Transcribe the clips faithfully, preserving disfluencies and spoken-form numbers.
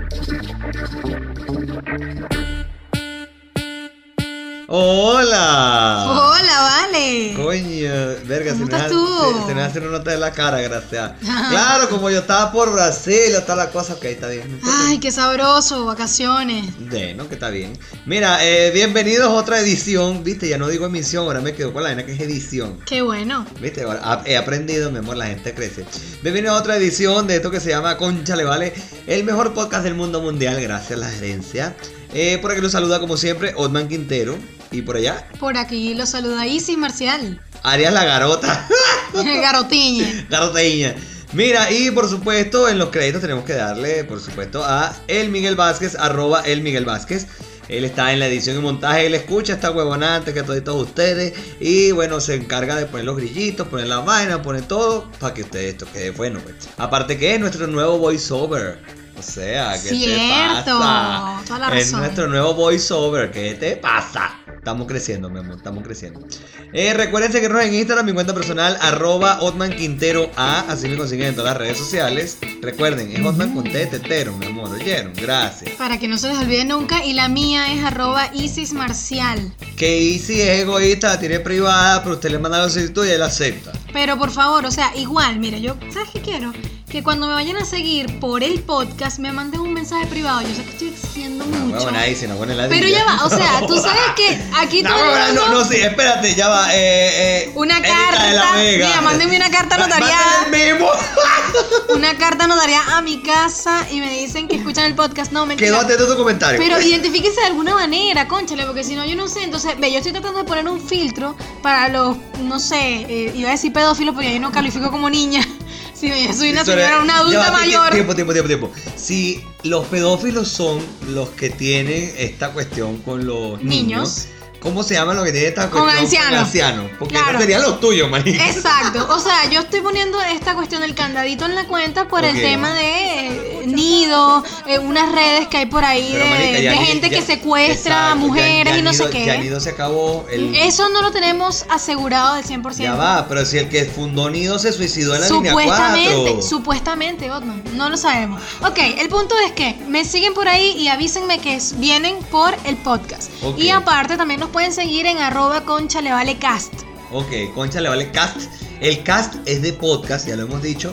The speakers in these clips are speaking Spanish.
¡Hola! ¡Hola, vale! Coño, verga, ¿Cómo se me estás tú? Se, se me hace una nota de la cara, gracias. Claro, como yo estaba por Brasil, está la cosa, ok, está bien. Ay, qué sabroso, vacaciones. Bueno, que está bien. Mira, eh, bienvenidos a otra edición, viste, ya no digo emisión, ahora me quedo con la vaina que es edición. Qué bueno. Viste, ahora he aprendido, mi amor, la gente crece. Bienvenidos a otra edición de esto que se llama Cónchale Vale, el mejor podcast del mundo mundial, gracias a la gerencia. Eh, por aquí los saluda como siempre Otman Quintero. Y por allá Por aquí lo saluda Isis Marcial. Arias la Garota. Garotiña. Garoteña. Mira, y por supuesto en los créditos tenemos que darle, por supuesto, a El Miguel Vázquez, arroba El Miguel Vázquez. Él está en la edición y montaje, él escucha esta huevona antes que todos ustedes. Y bueno, se encarga de poner los grillitos, poner la vaina, poner todo para que ustedes esto quede bueno, pues. Aparte que es nuestro nuevo voiceover. O sea, ¿qué Cierto, te pasa? toda la Es razón. nuestro nuevo voiceover, ¿qué te pasa? Estamos creciendo, mi amor, estamos creciendo. Eh, recuerden seguirnos en Instagram, mi cuenta personal, arroba Otman Quintero A, así me consiguen en todas las redes sociales. Recuerden, es Otman con T, tetero, mi amor, ¿oyeron? Gracias. Para que no se les olvide nunca. Y la mía es arroba Isis Marcial. Que Easy es egoísta, la tiene privada, pero usted le manda la solicitud y él acepta. Pero por favor, o sea, igual, mira, yo, ¿sabes qué quiero? Que cuando me vayan a seguir por el podcast me manden un mensaje privado. Yo sé que estoy exigiendo No, mucho. huevona, ahí se nos pone la Pero ya va, o sea, tú sabes que aquí no, todo el huevona, mundo- no, no, sí, espérate, ya va. Eh, eh, Una Erika de la carta, Vega. mira, mándenme una carta Ma- notariada. mándenle el memo. Una carta notariada a mi casa y me dicen que escuchan el podcast. No, mentira. Quedó atento a tu comentario. Pero identifíquese de alguna manera, cónchale, porque si no, yo no sé. Entonces, ve, yo estoy tratando de poner un filtro para los, no sé, eh, iba a decir pedófilos, porque yo no califico como niña. Si yo soy una señora, una adulta Ya va, mayor. Tiempo, tiempo, tiempo, tiempo. Si los pedófilos son los que tienen esta cuestión con los niños, Niños. ¿cómo se llama lo que tiene esta Con cuestión ancianos. ancianos? Porque Claro. no serían los tuyos, manito. Exacto, o sea, yo estoy poniendo esta cuestión del candadito en la cuenta por Ok. el tema de eh, nido, eh, unas redes que hay por ahí Pero, de, marica, ya de ni- gente ya- que secuestra exacto, mujeres ya- y no ya sé Nido- qué. Ya Nido se acabó el... Eso no lo tenemos asegurado del cien por ciento. Ya va, pero si el que fundó Nido se suicidó en la línea Supuestamente, cuatro. supuestamente, Otman, no lo sabemos. Ok, el punto es que me siguen por ahí y avísenme que es- vienen por el podcast. Ok. Y aparte también nos pueden seguir en arroba conchalevalecast. Ok, Concha le vale cast. El cast es de podcast, ya lo hemos dicho.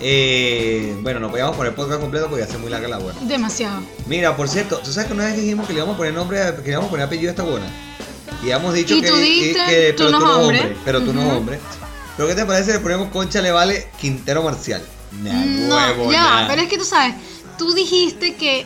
Eh, bueno, no podíamos poner podcast completo porque ya se muy larga la buena. Demasiado. Mira, por cierto, ¿tú sabes que una vez dijimos que le íbamos a poner nombre, a- que le íbamos a poner apellido a esta buena? Y habíamos dicho Y que, tú dijiste, que- tú pero no tú no hombre. hombre, pero tú no Ujú. hombre. Pero ¿qué te parece si le ponemos Concha le vale Quintero Marcial? Nah, No, huevo, ya, nah. pero es que tú sabes, tú dijiste que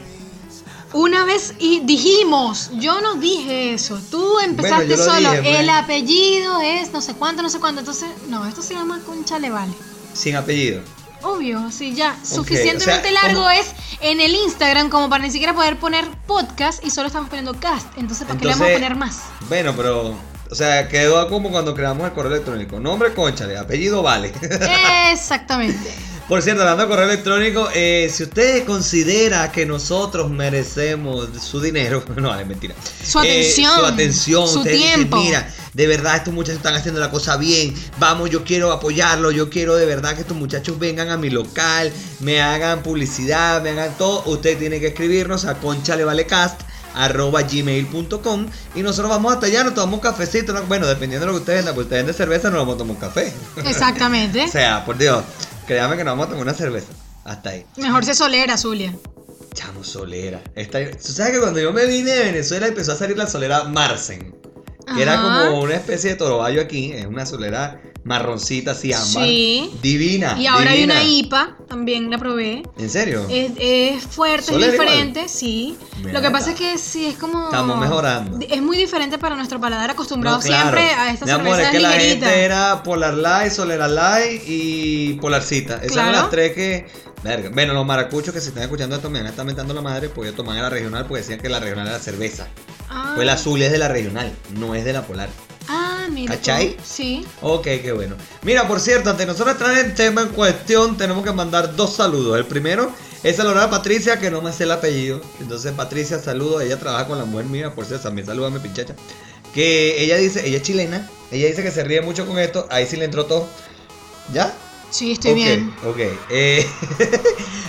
una vez y dijimos, yo no dije eso, tú empezaste yo lo solo, dije, pues. el apellido es no sé cuánto, no sé cuánto, entonces, no, esto se llama Conchalevale. Sin apellido. Obvio, sí, ya, Ok, suficientemente o sea, largo ¿cómo? es en el Instagram como para ni siquiera poder poner podcast y solo estamos poniendo cast, entonces ¿para qué le vamos a Entonces, poner más? Bueno, pero, o sea, quedó como cuando creamos el correo electrónico. Nombre Conchale, apellido vale. Exactamente. Por cierto, hablando de correo electrónico, eh, si usted considera que nosotros merecemos su dinero, no, es mentira. Su atención, Eh, su atención, su ustedes dicen, tiempo. mira, de verdad estos muchachos están haciendo la cosa bien, vamos, yo quiero apoyarlo, yo quiero de verdad que estos muchachos vengan a mi local, me hagan publicidad, me hagan todo. Usted tiene que escribirnos a conchalevalecast arroba gmail punto com y nosotros vamos hasta allá, nos tomamos un cafecito, ¿no? Bueno, dependiendo de lo que ustedes vendan, porque ustedes venden cerveza, nos vamos a tomar un café. Exactamente. O sea, por Dios, créame que nos vamos a tomar una cerveza. Hasta ahí. Mejor se solera, Zulia. Chamo, solera. Esta, ¿tú sabes que cuando yo me vine de Venezuela empezó a salir la solera Marsen? Que era Ajá. como una especie de toroballo aquí. Es una solera marroncita así, ámbar. Sí. Divina. Y ahora divina. hay una I P A, también la probé. ¿En serio? Es, es fuerte, ¿Solera es igual? diferente, sí. Mierda. Lo que pasa es que sí, es como... Estamos mejorando. Es muy diferente para nuestro paladar acostumbrado No, claro. siempre a esta Mi amor, cerveza es que la ligerita. gente era Polar Light, Solera Light y Polarcita. Esas Claro. eran las tres que... Verga. Bueno, los maracuchos que se están escuchando esto me van a estar mentando la madre porque ellos toman la regional porque decían que la regional era cerveza. Ah, Pues la azul es de la regional, no es de la Polar. ah, mira. tú. ¿Cachai? Sí. Ok, qué bueno. Mira, por cierto, antes de nosotros traer el tema en cuestión, tenemos que mandar dos saludos. El primero es saludar a Patricia, que no me sé el apellido. Entonces, Patricia, saludo. Ella trabaja con la mujer mía, por cierto, también saluda a mi pinchacha. Que ella dice, ella es chilena, ella dice que se ríe mucho con esto. Ahí sí le entró todo. ¿Ya? Sí, estoy Ok, bien. Ok. Eh,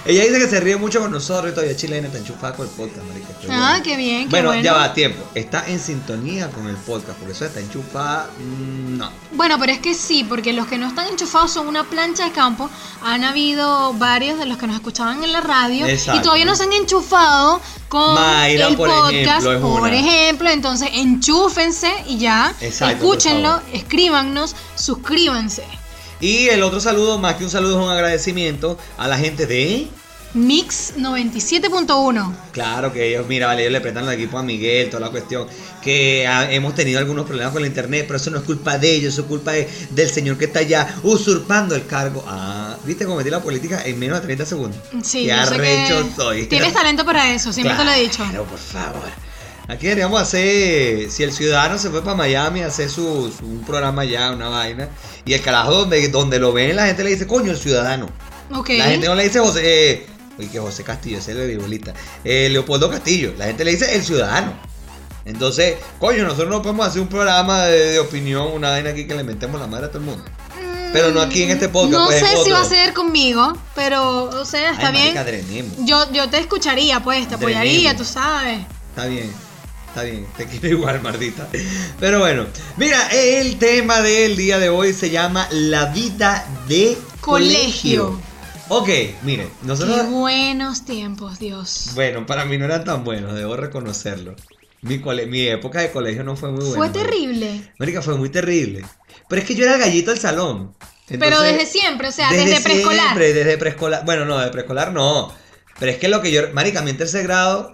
Ella dice que se ríe mucho con nosotros y todavía chilena está enchufada con el podcast, marica. Qué Ah, bueno. qué bien, qué bueno, bueno. ya va, tiempo. Está en sintonía con el podcast, porque eso está enchufada, mmm, no. Bueno, pero es que sí, porque los que no están enchufados son una plancha de campo. Han habido varios de los que nos escuchaban en la radio. Exacto. Y todavía no se han enchufado con Mayra, el por podcast, ejemplo, es por una. ejemplo. Entonces, enchúfense y ya. Exacto, Escúchenlo, por favor. escríbanos, suscríbanse. Y el otro saludo, más que un saludo, es un agradecimiento a la gente de... Mix noventa y siete punto uno. Claro que ellos, mira, vale, ellos le prestan el equipo a Miguel, toda la cuestión, que ah, hemos tenido algunos problemas con la internet, pero eso no es culpa de ellos, eso es culpa de, del señor que está allá usurpando el cargo. Ah, ¿viste cómo metí la política en menos de treinta segundos? Sí, Qué yo sé arrecho que soy. tienes talento para eso, siempre Claro, te lo he dicho. Pero por favor. Aquí deberíamos hacer, si el ciudadano se fue para Miami a hacer su, su- un programa allá, una vaina, y el carajo donde, donde lo ven, la gente le dice, coño, el ciudadano. Ok. La gente no le dice José, eh, oye, que José Castillo, ese es el beisbolista, eh, Leopoldo Castillo, la gente le dice el ciudadano. Entonces, coño, nosotros no podemos hacer un programa de, de opinión, una vaina aquí que le metemos la madre a todo el mundo. Pero no aquí en este podcast, No pues, en sé si otro. va a ser conmigo, pero, o sea, está Ay, bien. marica, drenemos. Yo, yo te escucharía, pues, te apoyaría, Drenemos. tú sabes. Está bien, está bien, te quiero igual, Martita. Pero bueno, mira, el tema del día de hoy se llama la vida de colegio. Colegio. Ok, mire, nosotros... Qué buenos tiempos, Dios. Bueno, para mí no eran tan buenos, debo reconocerlo. Mi, cole- mi época de colegio no fue muy buena. Fue marica. terrible. Marica, fue muy terrible. Pero es que yo era el gallito del salón. Pero Entonces, desde siempre, o sea, desde, preescolar. Siempre, desde preescolar. Bueno, no, de preescolar no. Pero es que lo que yo... Marica, a mí en tercer grado...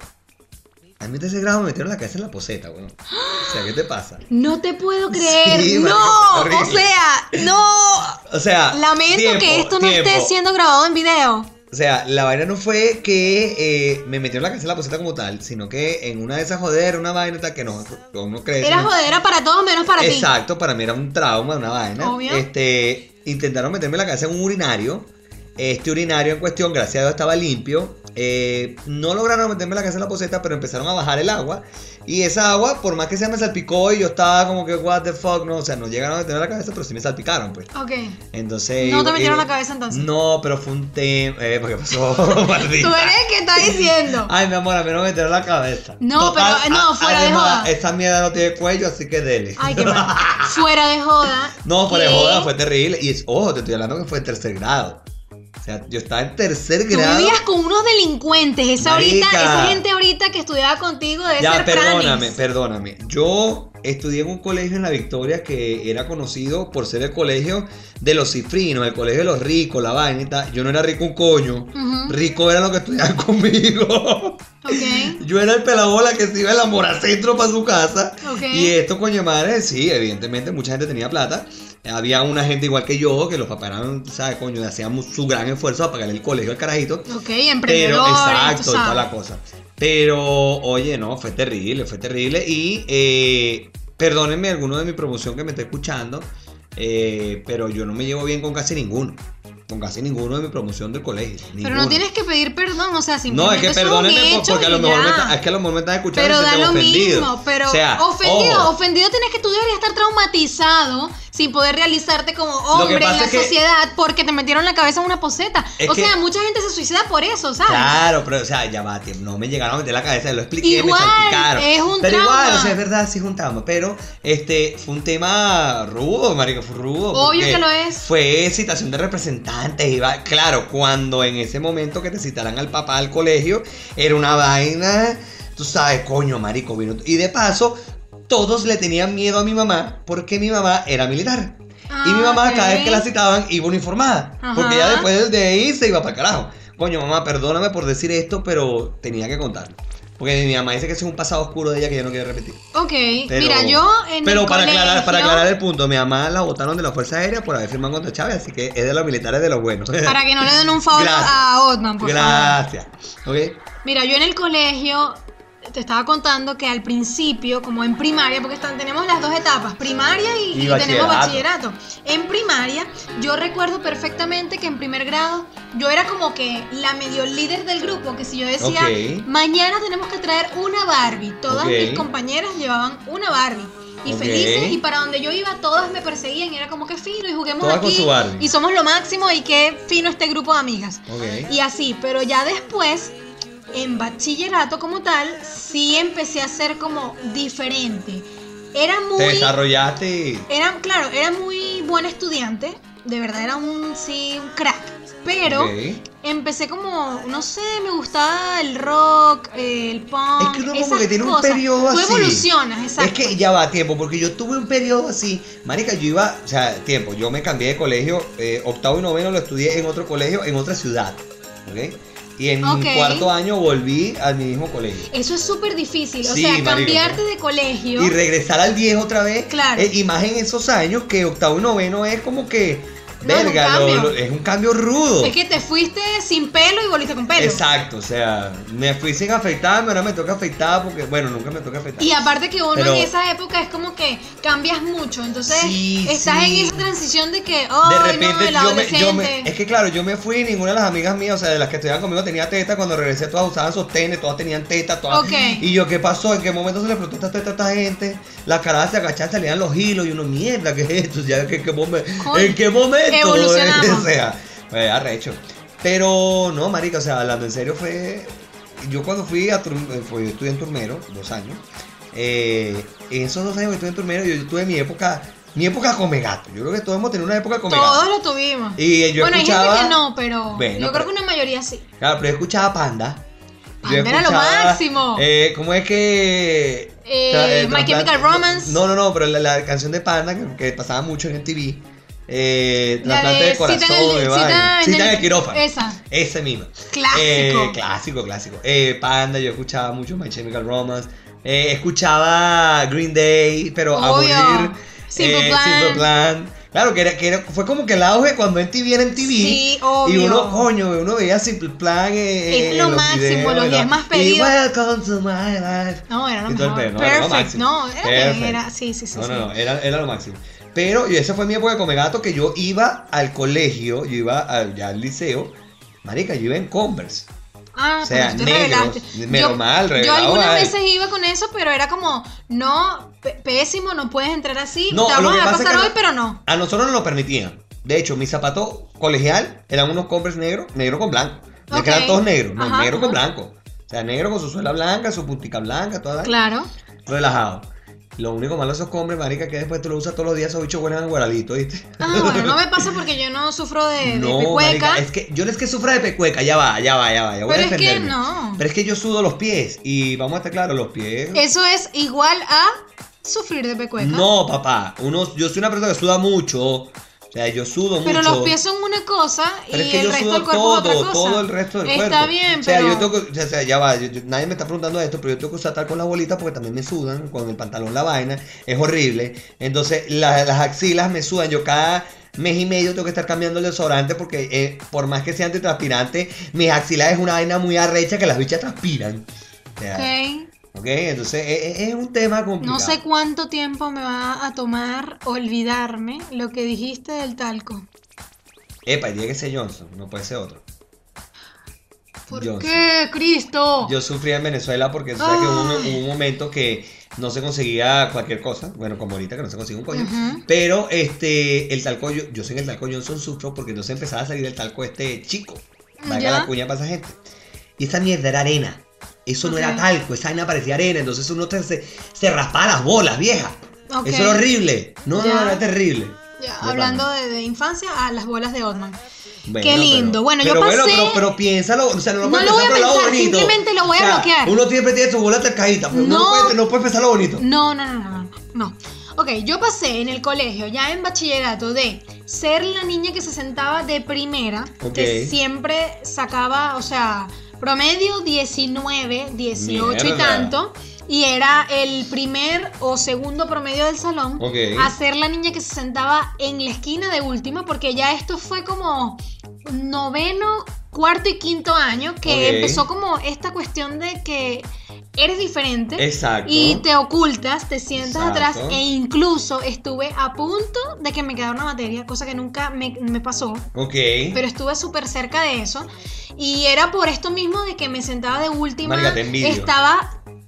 A mí en tercer grado me metieron la cabeza en la poseta, weón. O sea, ¿qué te pasa? No te puedo creer. Sí, no, marica, o horrible. sea, no. O sea... Lamento tiempo, que esto no tiempo. esté siendo grabado en video. O sea, la vaina no fue que eh, me metieron la cabeza en la poseta como tal, sino que en una de esas joder, una vaina tal que no, uno crece. Era jodera para todos menos para ti. Exacto, para mí era un trauma, una vaina. Obvio. Este, intentaron meterme la cabeza en un urinario. Este urinario en cuestión, gracias a Dios, estaba limpio. Eh, no lograron meterme la cabeza en la poseta, pero empezaron a bajar el agua. Y esa agua, por más que se me salpicó y yo estaba como que, what the fuck, no, o sea, no llegaron a meterme la cabeza, pero sí me salpicaron, pues. Ok. Entonces. No te iba- metieron iba- la cabeza entonces. No, pero fue un tema. Eh, ¿qué pasó, maldita? Tú eres el que está diciendo. Ay, mi amor, a mí no me metieron la cabeza. No, pero, no, a- fuera de además, joda. Esa mierda no tiene cuello, así que dele. Ay, qué mal. Fuera de joda. No, fuera de ¿Qué? joda, fue terrible. Y es, ojo, te estoy hablando que fue en tercer grado. O sea, yo estaba en tercer Tú grado. vivías con unos delincuentes. Esa ahorita, Marica. esa gente ahorita que estudiaba contigo debe Ya, ser perdóname, pranis. perdóname. Yo estudié en un colegio en La Victoria que era conocido por ser el colegio de los cifrinos, el colegio de los ricos, la vaina y tal. Yo no era rico un coño. Ujú. Rico era lo que estudiaban conmigo. Ok. Yo era el pelabola que se iba al Moracentro para su casa. Ok. Y esto, coño madre, sí, evidentemente mucha gente tenía plata. Había una gente igual que yo, que los papás eran, ¿sabes? Coño, hacían su gran esfuerzo para pagarle el colegio al carajito. Ok, Pero, emprendedores, exacto, tú y toda sabes. la cosa. Pero, oye, no, fue terrible, fue terrible. Y, eh, perdónenme alguno de mi promoción que me está escuchando, eh, pero yo no me llevo bien con casi ninguno. Con casi ninguno de mi promoción del colegio. Pero ninguno. no tienes que pedir perdón, o sea, No, simplemente es que son perdónenme por- hechos porque a lo y mejor me, ya. está- es que a lo mejor me están escuchando Pero y se da sienten lo ofendidos. mismo, pero O sea, ofendido, ojo, ofendido tienes que tú deberías estar traumatizado sin poder realizarte como hombre en pasa la es que- sociedad porque te metieron la cabeza en una poseta. Es O que- sea, mucha gente se suicida por eso, ¿sabes? Claro, pero o sea, ya va, tío, no me llegaron a meter la cabeza, lo expliqué, Igual, me salpicaron. es un pero igual, trauma. o sea, es verdad, sí es un trauma, pero este fue un tema rudo, marico, fue rudo. Obvio porque que lo es. Fue citación de representantes, iba, claro, cuando en ese momento que te citaran al papá al colegio, era una vaina, tú sabes, coño, marico, vino. Y de paso, todos le tenían miedo a mi mamá porque mi mamá era militar. Ah, y mi mamá, ok. cada vez que la citaban, iba uniformada. Ajá. Porque ya después de ahí se iba para el carajo. Coño, mamá, perdóname por decir esto, pero tenía que contarlo. Porque mi mamá dice que ese es un pasado oscuro de ella que ella no quiere repetir. Ok, Pero, mira, yo en Pero el para, colegio... aclarar, para aclarar el punto, mi mamá la botaron de la Fuerza Aérea por haber firmado contra Chávez, así que es de los militares de los buenos. Para que no le den un favor Gracias. a Otman, por favor. Gracias. ¿Ok? Mira, yo en el colegio te estaba contando que al principio, como en primaria, porque están, tenemos las dos etapas, primaria y, Y y tenemos bachillerato. bachillerato. En primaria, yo recuerdo perfectamente que en primer grado yo era como que la medio líder del grupo, que si yo decía, Ok. mañana tenemos que traer una Barbie, todas Ok. mis compañeras llevaban una Barbie. y Ok. felices, y para donde yo iba todas me perseguían y era como que fino y juguemos Todas con aquí su Barbie. y somos lo máximo y qué fino este grupo de amigas. Ok. Y así, pero ya después, en bachillerato como tal, sí empecé a ser como diferente. Era Te muy... desarrollaste. Era, claro, era muy buena estudiante, de verdad era un, sí, un crack, pero Ok. empecé como, no sé, me gustaba el rock, el punk, Es que uno como esas que tiene un cosas. periodo Tú así. evolucionas, exacto. Es que ya va tiempo, porque yo tuve un periodo así. Marica, yo iba, o sea, tiempo, yo me cambié de colegio, eh, octavo y noveno lo estudié en otro colegio, en otra ciudad, ¿ok? Y en Ok. cuarto año volví al mismo colegio. Eso es súper difícil, o Sí, sea, marico, cambiarte ¿no? de colegio. Y regresar al viejo otra vez. Claro. eh, y más en esos años que octavo y noveno es como que, No, es un verga, lo- cambio. lo- es un cambio rudo. Es que te fuiste sin pelo y volviste con pelo. Exacto, o sea, me fui sin afeitarme, ahora me toca afeitar porque, bueno, nunca me toca afeitar. Y aparte que uno Pero- en esa época es como que cambias mucho, entonces Sí, estás sí. en esa transición de que, oh, De no, repente el yo, me, adolescente. yo me, es que claro, yo me fui y ninguna de las amigas mías, o sea, de las que estudiaban conmigo tenía teta, cuando regresé todas usaban sostenes, todas tenían teta, todas. Ok. Y yo, ¿qué pasó? ¿En qué momento se le explotó esta teta a esta gente? Las caras se agachaban, salían los hilos y uno, mierda, ¿qué es esto? Ya, ¿qué, qué momen- Coño, ¿En qué momento? evolucionamos. O sea, pues arrecho. Pero no, marica, o sea, hablando en serio fue... Yo cuando fui a Tur- fue, yo estudié en Turmero, dos años. Eh, en esos dos años que estuve en Turmero, yo, yo tuve mi época, mi época come gato. Yo creo que todos hemos tenido una época come Todos gato. lo tuvimos. Y yo bueno, escuchaba... hay gente que no, pero Bueno, yo creo pero- que una mayoría sí. Claro, pero yo escuchaba Panda. Yo Panda era lo escuchaba, máximo. Eh, ¿Cómo es que...? Eh, tra- eh, My trasplante- Chemical Romance. No, no, no, pero la, la canción de Panda, que, que pasaba mucho en M T V. Eh, La trasplante de de corazón, Cita en el- de Cita vaina. en Cita en el- el quirófano. esa. Ese mismo. Clásico. Eh, clásico, clásico. Eh, Panda, yo escuchaba mucho My Chemical Romance. Eh, escuchaba Green Day, pero a Obvio. morir. Simple Eh, Plan. Simple Plan. Claro, que, era, que era- fue como que el auge cuando M T V era M T V. Sí, Y obvio. uno, coño, uno veía Simple Plan. eh, Es en lo los máximo, videos, los ¿no? días más Y pedidos. Welcome to my life. No, era lo Y todo el mejor. pedo, no, era lo Perfect. máximo. No, era, Perfect. era, sí, sí, sí. No, sí. no, no, era, era lo máximo. Pero y esa fue mi época de come gato, que yo iba al colegio, yo iba al, ya al liceo. Marica, yo iba en Converse. Ah, O sea, pero tú te negros, revelaste. menos yo, mal, yo revelado algunas mal. veces iba con eso, pero era como, no, p- pésimo, no puedes entrar así. No, te lo vamos que a pasa es pasar que hoy, no- pero no. A nosotros nos lo permitían. De hecho, mi zapato colegial eran unos Converse negros, negro con blanco. No es que Ok. eran todos negros, no, Ajá, negro con ajá. blanco. O sea, negro con su suela blanca, su puntica blanca, toda Claro. relajado. Lo único malo de esos Converse, marica, que después tú lo usas todos los días, esos bichos huelen a guaralito, ¿viste? Ah, bueno, no me pasa porque yo no sufro de, de No, pecueca. marica, es que yo no es que sufra de pecueca, ya va, ya va, ya va, ya voy Pero a es que defenderme. no. Pero es que yo sudo los pies y vamos a estar claros, los pies. Eso es igual a sufrir de pecueca. No, papá, uno, yo soy una persona que suda mucho, o sea, yo sudo Pero mucho. los pies son una cosa y Pero es que el yo resto sudo del cuerpo todo, es otra cosa. todo el resto del Está cuerpo. bien, o sea, pero... yo tengo que, o sea, ya va, yo- yo- nadie me está preguntando esto, pero yo tengo que usar tal con las bolitas porque también me sudan con el pantalón la vaina, es horrible. Entonces, la- las axilas me sudan, yo cada mes y medio tengo que estar cambiando el desodorante porque eh, por más que sea antitranspirante, mis axilas es una vaina muy arrecha que las bichas transpiran. O sea, Ok. ok, entonces e- e- es, un tema complicado. No sé cuánto tiempo me va a tomar olvidarme lo que dijiste del talco. Epa, y tiene que ser Johnson, no puede ser otro. ¿Por Johnson. qué, Cristo? Yo sufría en Venezuela porque tú sabes que hubo un, Ay. hubo un momento que no se conseguía cualquier cosa. Bueno, como ahorita que no se consigue un coño. Ujú. Pero este, el talco, yo, yo sé que el talco Johnson sufro porque entonces empezaba a salir el talco este chico. Valga Ya. la cuña para esa gente. Y esa mierda era arena. Eso no Ok. era talco, esa vaina parecía arena. Entonces uno te- se, se raspaba las bolas, vieja. Ok. Eso era horrible. No, Ya. no, era terrible. Ya, De hablando pana. de, de infancia, a las bolas de Otman. Bueno, Qué lindo. pero- Bueno, yo pero pasé- pero, pero piénsalo, o sea, no, lo No puedes lo voy a pensar por el lado pensar, bonito. simplemente lo voy a O sea, bloquear. Uno siempre tiene su bola tercadita, pero No. no, puede, no puede pensar lo bonito. No, no, no, no, no, no. Ok, yo pasé en el colegio, ya en bachillerato, de ser la niña que se sentaba de primera, Ok. que siempre sacaba, o sea, promedio diecinueve, dieciocho y Mierda. tanto, y era el primer o segundo promedio del salón, Ok. a ser la niña que se sentaba en la esquina de última, porque ya esto fue como noveno, cuarto y quinto año, que Ok. empezó como esta cuestión de que eres diferente. Exacto. Y te ocultas, te sientas Exacto. atrás e incluso estuve a punto de que me quedara una materia, cosa que nunca me, me pasó, Ok. pero estuve súper cerca de eso y era por esto mismo de que me sentaba de última, Marica, te envidio. estaba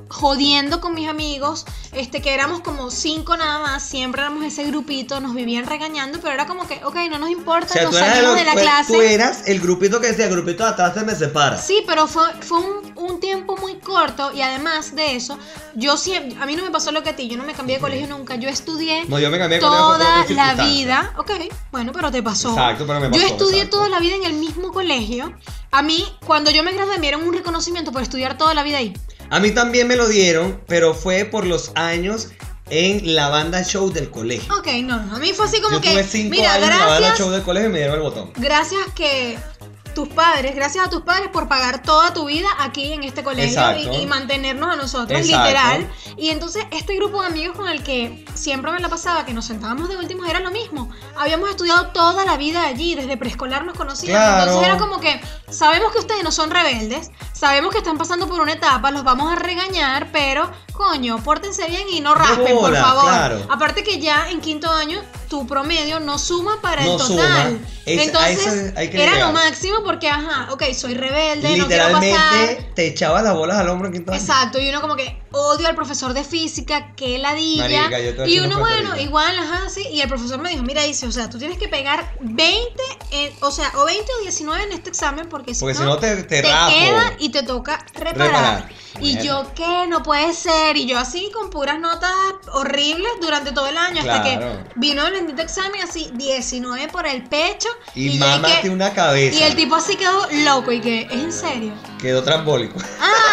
jodiendo con mis amigos, este, que éramos como cinco nada más, siempre éramos ese grupito, nos vivían regañando, pero era como que, ok, no nos importa, O sea, nos tú eras, salimos el- de la pues, clase. tú eras el grupito que decía, el grupito de atrás se me separa. Sí, pero fue, fue un, un tiempo muy corto y además de eso, yo siempre, a mí no me pasó lo que a ti, yo no me cambié de colegio nunca, yo estudié No, yo me cambié de colegio por toda otras la circunstancias. vida, ok, bueno, pero te pasó. Exacto, pero me Yo pasó, estudié exacto. toda la vida en el mismo colegio. A mí, cuando yo me gradué, me dieron un reconocimiento por estudiar toda la vida ahí. A mí también me lo dieron, pero fue por los años en la banda show del colegio. Ok, no, no, a mí fue así como Yo que, tuve cinco mira, años en la banda gracias, show del colegio y me dieron el botón. gracias que tus padres, gracias a tus padres por pagar toda tu vida aquí en este colegio Exacto. y, y mantenernos a nosotros, Exacto. literal. Y entonces este grupo de amigos con el que siempre me la pasaba, que nos sentábamos de últimos, era lo mismo. Habíamos estudiado toda la vida allí, desde preescolar nos conocíamos. Claro. Entonces era como que sabemos que ustedes no son rebeldes, sabemos que están pasando por una etapa, los vamos a regañar, pero coño, pórtense bien y no raspen, por Bola, favor. claro. Aparte que ya en quinto año tu promedio no suma para No el total. suma. Es- a Entonces eso hay que era llegar. lo máximo porque, ajá, ok, soy rebelde, no quiero pasar. Literalmente te echaba las bolas al hombro en quinto año. Exacto, y uno como que odio al profesor de física, que ladilla. Marica, yo te voy a Y decir uno, una cosa bueno, ahorita. igual, ajá, sí. Y el profesor me dijo, mira, dice, o sea, tú tienes que pegar veinte, en- o sea, o veinte o diecinueve en este examen, porque si Porque si no, no te, te, te rapo. queda y te toca reparar. Reparar. Y Bueno. yo, ¿qué? No puede ser. Y yo así, con puras notas horribles durante todo el año, hasta Claro. que vino el bendito examen, así, diecinueve por el pecho. Y, yo mámate que- una cabeza. Y el tipo así quedó loco, y que, ¿es en serio? Quedó trambólico.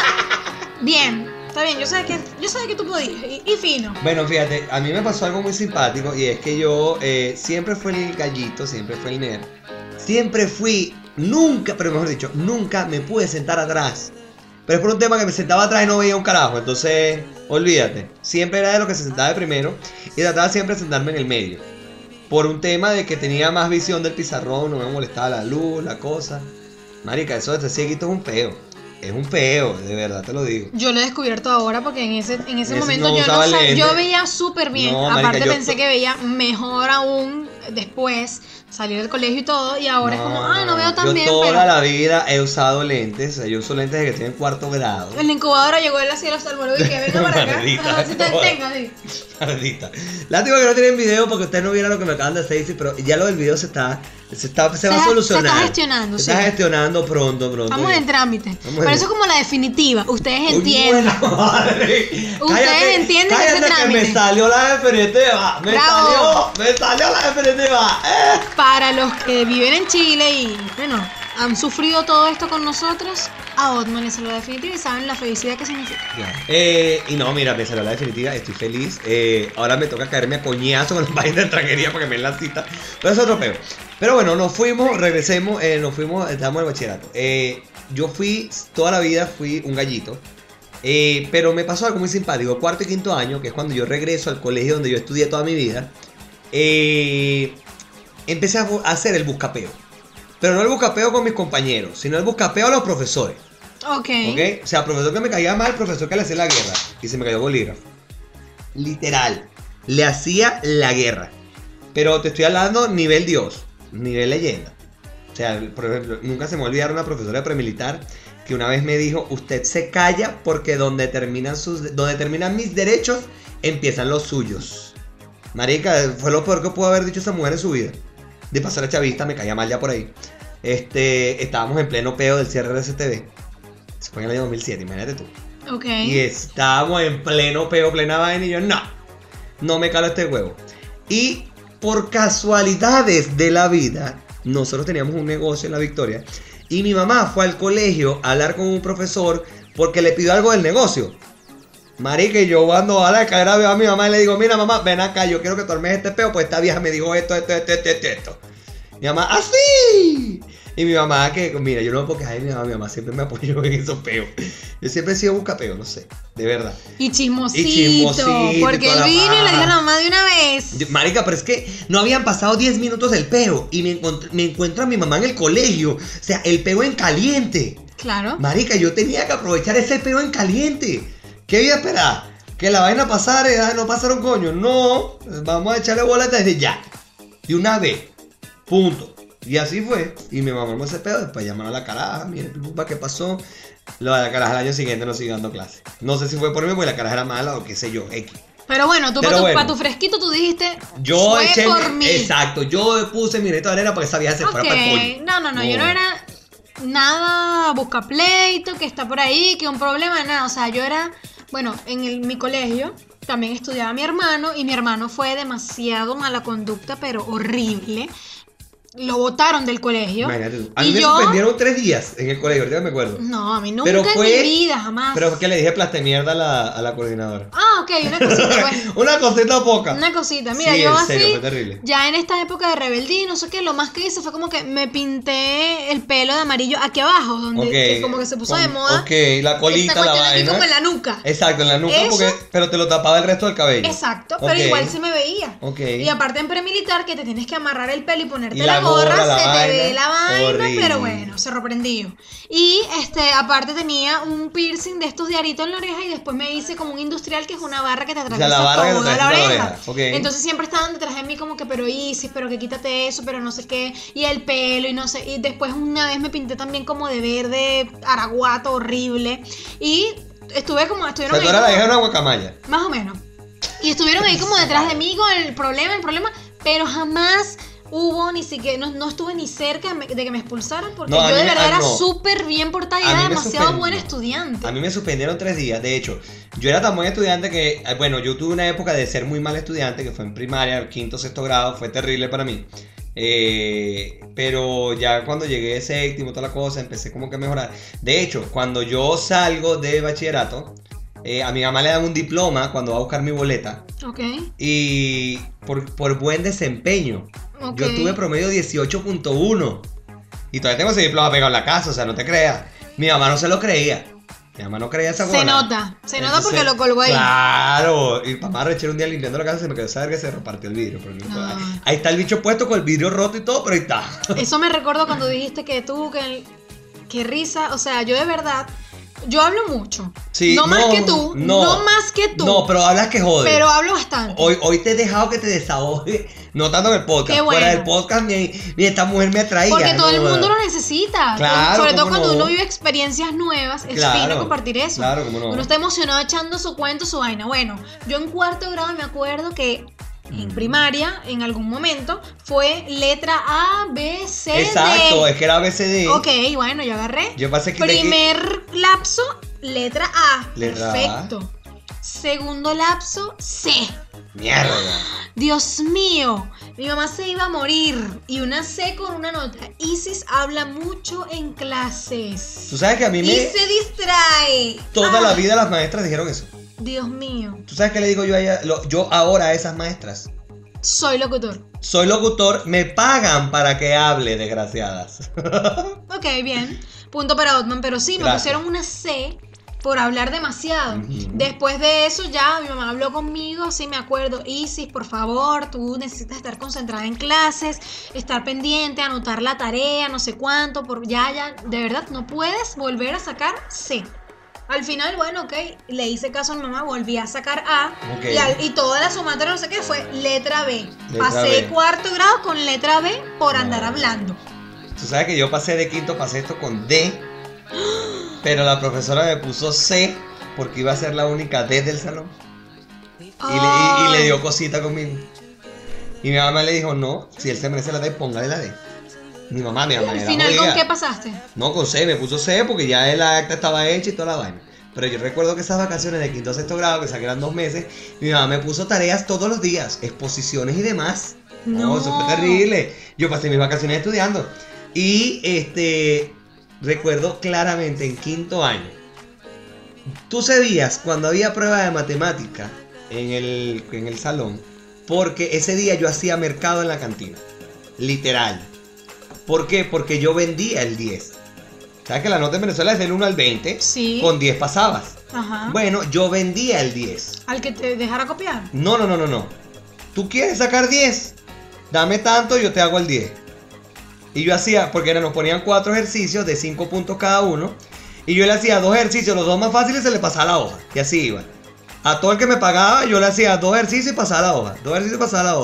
Bien, está bien, yo sabía que, yo sabía que tú podías, y, y fino. Bueno, fíjate, a mí me pasó algo muy simpático y es que yo eh, siempre fui el gallito, siempre fui el nerd. Siempre fui, nunca, pero mejor dicho, nunca me pude sentar atrás. Pero es por un tema que me sentaba atrás y no veía un carajo, entonces olvídate. Siempre era de los que se sentaba de primero y trataba siempre de sentarme en el medio. Por un tema de que tenía más visión del pizarrón, no me molestaba la luz, la cosa. Marica, eso de ser cieguito es un peo. Es un peo, de verdad te lo digo. Yo lo he descubierto ahora porque en ese, en ese Ese momento no yo usaba no sab- lente. yo veía súper bien. No, marica, Aparte yo pensé to- que veía mejor aún después, salir del colegio y todo. Y ahora es como, ah, no veo tan yo bien, toda pero la vida he usado lentes, o sea, yo uso lentes desde que estoy en cuarto grado. en la incubadora llegó él así al oftalmólogo y que venga para acá. Maldita, Ajá, si te joder. tengo, así. Maldita. Lástima que no tienen video porque ustedes no vieron lo que me acaban de decir, pero ya lo del video se está, se está, se, Se va a está- solucionar. se está gestionando, Se sí. está gestionando pronto, pronto. Estamos en trámite. Vamos Pero en- eso es como la definitiva. Ustedes Uy, entienden. buena madre. Ustedes entienden ese cállate que trámite. me salió la definitiva. Me Bravo. salió, me salió la definitiva. Eh. Para los que viven en Chile y, bueno, han sufrido todo esto con nosotros, a Otman les salió la definitiva y saben la felicidad que significa. Eh, y no, mira, me salió la definitiva, estoy feliz. Eh, ahora me toca caerme a coñazo con los bailes de tragedia para que me den la cita. Pero es otro peo. Pero bueno, nos fuimos, regresemos, eh, nos fuimos, estamos en el bachillerato. Eh, yo fui, toda la vida fui un gallito. Eh, pero me pasó algo muy simpático. Cuarto y quinto año, que es cuando yo regreso al colegio donde yo estudié toda mi vida. Eh, empecé a bu- a hacer el buscapeo. Pero no el buscapeo con mis compañeros, sino el buscapeo a los profesores. Ok. ¿Ok? O sea, profesor que me caía mal, profesor que le hacía la guerra. Y se me cayó bolígrafo. Literal. Le hacía la guerra. Pero te estoy hablando nivel Dios. Nivel leyenda. O sea, por ejemplo, nunca se me olvidaron una profesora de premilitar que una vez me dijo, usted se calla porque donde terminan, sus, donde terminan mis derechos, empiezan los suyos. Marica, fue lo peor que pudo haber dicho esa mujer en su vida. De pasar a chavista, me caía mal ya por ahí. Este, estábamos en pleno peo del cierre de R C T V. Se fue en el año dos mil siete, imagínate tú. Ok. Y estábamos en pleno peo, plena vaina, y yo, no, no me calo este huevo. Y por casualidades de la vida, nosotros teníamos un negocio en La Victoria, y mi mamá fue al colegio a hablar con un profesor porque le pidió algo del negocio. Marica, y yo cuando a la escalera veo a mi mamá y le digo, mira mamá, ven acá, yo quiero que tú armes este peo, pues esta vieja me dijo esto, esto, esto, esto, esto, esto. Mi mamá, ¡así! Y mi mamá, que mira, yo no me puedo quejar de mi mamá, mi mamá siempre me apoyó en esos peos. Yo siempre he sido buscapeo, no sé, de verdad. Y chismosito. Y chismosito y porque toda él la vino y le paja. dijo a la mamá de una vez. Yo- Marica, pero es que no habían pasado diez minutos del peo y me, encont- me encuentro a mi mamá en el colegio. O sea, el peo en caliente. Claro. Marica, yo tenía que aprovechar ese peo en caliente. ¿Qué voy a esperar? Que la vaina pasara y ah, no pasaron coño. No, vamos a echarle bola desde ya. De una vez. Punto. Y así fue. Y mi mamá me ese pedo. Después llamaron a la caraja. Mire, pupa, ¿qué pasó? La caraja al año siguiente no siguió dando clase. No sé si fue por mí, porque la caraja era mala o qué sé yo, X. Pero bueno, tú Pero para tu, bueno. pa tu fresquito tú dijiste, Yo fue eché, por mí. Exacto, yo puse mi granito de arena para que esa vieja se Ok, fuera para el pollo. no, no, no, yo no era nada busca pleito, que está por ahí, que un problema, nada. O sea, yo era, bueno, en el- mi colegio también estudiaba mi hermano y mi hermano fue demasiado mala conducta, pero horrible. Lo botaron del colegio. Imagínate tú. A Y mí me yo- suspendieron tres días en el colegio, ahorita me acuerdo. No, a mí nunca Pero en fue- mi vida, jamás. Pero fue que le dije plaste mierda a la, a la coordinadora. Ah, ok, una cosita, pues. Una cosita poca. Una cosita, mira, Sí, yo en así, serio, fue terrible. ya en esta época de rebeldía, y no sé qué, lo más que hice fue como que me pinté el pelo de amarillo aquí abajo, donde Ok. que como que se puso Con- de moda. Ok, la colita, esta la cuestión aquí vaina. como en la nuca. Exacto, en la nuca, Eso- porque, pero te lo tapaba el resto del cabello. Exacto, Ok. pero igual se me veía. Ok. Y aparte en premilitar que te tienes que amarrar el pelo y ponerte Y la, la gorra, gorra, la se vaina, te ve la vaina, horrible. pero bueno, se reprendió. Y este, aparte tenía un piercing de estos de arito en la oreja y después me hice como un industrial que es una barra que te atraviesa la barra que te toda la atraviesa oreja. la oreja, ok. Entonces siempre estaban detrás de mí como que, pero Isis, pero que quítate eso, pero no sé qué, y el pelo y no sé, y después una vez me pinté también como de verde araguato horrible y estuve como, O estuvieron sea, tú ahí eras la como- hija de una guacamaya. más o menos. Y estuvieron ahí como detrás de mí con el problema, el problema, pero jamás hubo ni siquiera, no, no estuve ni cerca de que me expulsaran porque No, a yo mí de me- verdad ah, era no. súper bien portada y A era mí me demasiado suspendieron. buena estudiante. A mí me suspendieron tres días. De hecho, yo era tan buen estudiante que, eh, bueno, yo tuve una época de ser muy mal estudiante, que fue en primaria, quinto, sexto grado, fue terrible para mí. Eh, pero ya cuando llegué a séptimo, toda la cosa, empecé como que a mejorar. De hecho, cuando yo salgo de bachillerato, eh, a mi mamá le dan un diploma cuando va a buscar mi boleta. Ok, Y por, por buen desempeño. ok. Yo tuve promedio dieciocho punto uno. Y todavía tengo ese diploma pegado en la casa, o sea, no te creas. Mi mamá no se lo creía. Mi mamá no creía esa Se huevona. nota, se nota porque lo colgó ahí. Claro. Y papá rechero un día limpiando la casa y se me quedó saber que se repartió el vidrio. Pero no importa. No. Ahí está el bicho puesto con el vidrio roto y todo, pero ahí está. Eso me recuerdo cuando dijiste que tú, que, que risa, o sea, yo de verdad, yo hablo mucho. Sí, no, más no, que tú, no. no, más que tú. No, pero hablas que jode. pero hablo bastante. Hoy, hoy te he dejado que te desahogue, no tanto en el podcast. Qué bueno. Fuera del podcast, mi, mi- esta mujer me atraía. Porque todo el no, mundo lo necesita. Claro, Sobre todo cómo cuando no. uno vive experiencias nuevas, es Claro, fino compartir eso. claro, cómo no. Uno está emocionado echando su cuento, su vaina. Bueno, yo en cuarto grado me acuerdo que en primaria, en algún momento, fue letra A, B, C, Exacto, D. es que era A B C D. Ok, bueno, yo agarré. Yo pasé que de aquí- Primer lapso, letra A. Letra A. Perfecto. Segundo lapso, C. Mierda. Dios mío, mi mamá se iba a morir. Y una C con una nota. Isis habla mucho en clases. Tú sabes que a mí Y me. se distrae. Toda Ah, la vida las maestras dijeron eso. Dios mío, ¿Tú sabes qué le digo yo a ella? Lo- yo ahora a esas maestras? soy locutor. Soy locutor, me pagan para que hable, desgraciadas. Ok, bien. Punto para Otman. Pero sí, me Gracias. pusieron una C por hablar demasiado. Ujú. Después de eso ya mi mamá habló conmigo, sí me acuerdo, Isis, por favor, tú necesitas estar concentrada en clases, estar pendiente, anotar la tarea, no sé cuánto, por ya, ya, de verdad, no puedes volver a sacar C. Al final, bueno, ok, le hice caso a mi mamá, volví a sacar A Ok. y, al- y toda la sumatoria, no sé qué, fue letra B. Letra Pasé B. cuarto grado con letra B por andar No. hablando. Tú sabes que yo pasé de quinto para sexto con D, pero la profesora me puso C porque iba a ser la única D del salón. Y le, y- y le dio cosita conmigo. Y mi mamá le dijo, no, si él se merece la D, póngale la D. Mi mamá, mi mamá Al era final, ¿con jodida. qué pasaste? No, con C, me puso C porque ya el acta estaba hecha y toda la vaina. Pero yo recuerdo que esas vacaciones de quinto a sexto grado, que saqué eran dos meses, mi mamá me puso tareas todos los días, exposiciones y demás. No, No. eso fue terrible. Yo pasé mis vacaciones estudiando. Y este, recuerdo claramente en quinto año, tú sabías cuando había prueba de matemática en el, en el salón, porque ese día yo hacía mercado en la cantina. Literal. ¿Por qué? Porque yo vendía el diez. ¿Sabes que la nota en Venezuela es del uno al veinte? Sí. Con diez pasabas. Ajá. Bueno, yo vendía el diez. Al que te dejara copiar. No, no, no, no, no. ¿Tú quieres sacar diez? Dame tanto, yo te hago el diez. Y yo hacía, porque nos ponían cuatro ejercicios de cinco puntos cada uno. Y yo le hacía dos ejercicios, los dos más fáciles se le pasaba la hoja. Y así iba. A todo el que me pagaba, yo le hacía dos ejercicios y pasaba la hoja. Dos ejercicios y pasaba la hoja.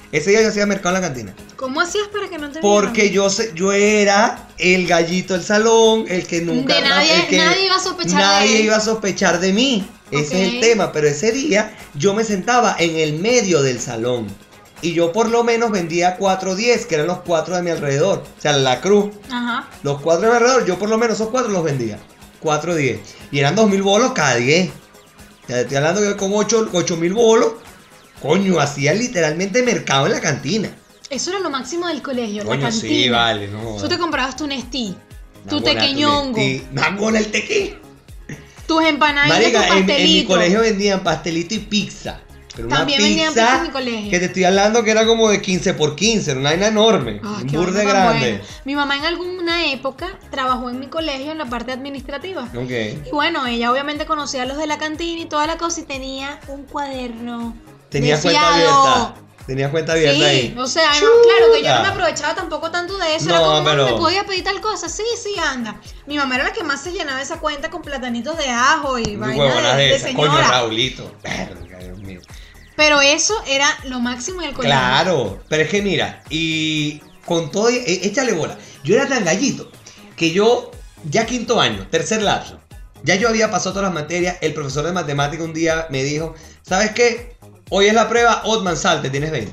Ese día yo hacía mercado en la cantina. ¿Cómo hacías para que no te Porque vieran? yo sé, yo era el gallito del salón, el que nunca... De nadie, el que nadie iba a sospechar de Nadie él. iba a sospechar de mí. Ese Ok. es el tema. Pero ese día yo me sentaba en el medio del salón. Y yo por lo menos vendía cuatro diez, que eran los cuatro de mi alrededor. O sea, la cruz. Ajá. Los cuatro de mi alrededor, yo por lo menos esos cuatro los vendía. cuatro diez. Y eran dos mil bolos cada diez. O sea, estoy hablando que con ocho mil bolos, coño, hacía literalmente mercado en la cantina. Eso era lo máximo del colegio, Coño, la cantina. sí, vale, no. Tú te comprabas tu Nestí, tu Naguará, tequeñongo, Nestí. Naguará, el tequín. tus empanaditas, Marica, tus en, en mi pastelitos. colegio vendían pastelito y pizza. Pero También una vendían pizza pizza en mi colegio. que te estoy hablando que era como de quince por quince, era una vaina enorme, Ah, un qué burde vaina tan grande. buena. Mi mamá en alguna época trabajó en mi colegio en la parte administrativa. Ok. Y bueno, ella obviamente conocía a los de la cantina y toda la cosa y tenía un cuaderno. Tenías de cuenta fiado. abierta. Tenías cuenta abierta Sí, ahí. o sea, no, Chuta. claro que yo no me aprovechaba tampoco tanto de eso. Era No, como, pero- ¿me podía pedir tal cosa? Sí, sí, anda. Mi mamá era la que más se llenaba esa cuenta con platanitos de ajo y Un vaina huevonas de, de de esas. Coño, señora. Raulito. Verga, Dios mío. Pero eso era lo máximo en el colegio. Claro, pero es que mira, y con todo, e- échale bola. Yo era tan gallito que yo, ya quinto año, tercer lapso, ya yo había pasado todas las materias. El profesor de matemática un día me dijo, ¿sabes qué? Hoy es la prueba, Otman, salte, tienes veinte.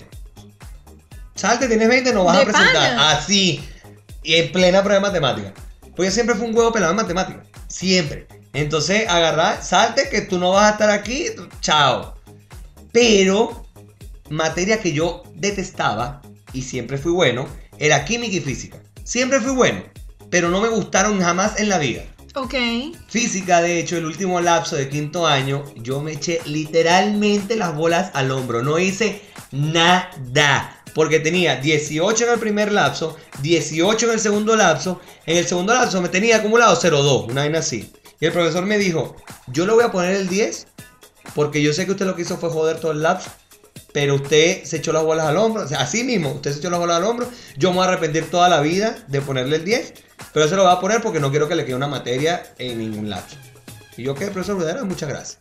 Salte, tienes veinte, no vas De a presentar. pana. Así, y en plena prueba de matemática. Pues yo siempre fui un huevo pelado en matemática, siempre. Entonces, agarrar, salte, que tú no vas a estar aquí, chao. Pero, materia que yo detestaba y siempre fui bueno, era química y física. Siempre fui bueno, pero no me gustaron jamás en la vida. Ok. Física, de hecho, el último lapso de quinto año, yo me eché literalmente las bolas al hombro. No hice nada. Porque tenía dieciocho en el primer lapso, dieciocho en el segundo lapso. En el segundo lapso me tenía acumulado cero coma dos, una vaina así. Y el profesor me dijo, yo le voy a poner el diez, porque yo sé que usted lo que hizo fue joder todo el lapso. Pero usted se echó las bolas al hombro. O sea, así mismo, usted se echó las bolas al hombro. Yo me voy a arrepentir toda la vida de ponerle el diez. Pero se lo voy a poner porque no quiero que le quede una materia en ningún lapso. Y yo, ¿qué, profesor Rudera? Muchas gracias.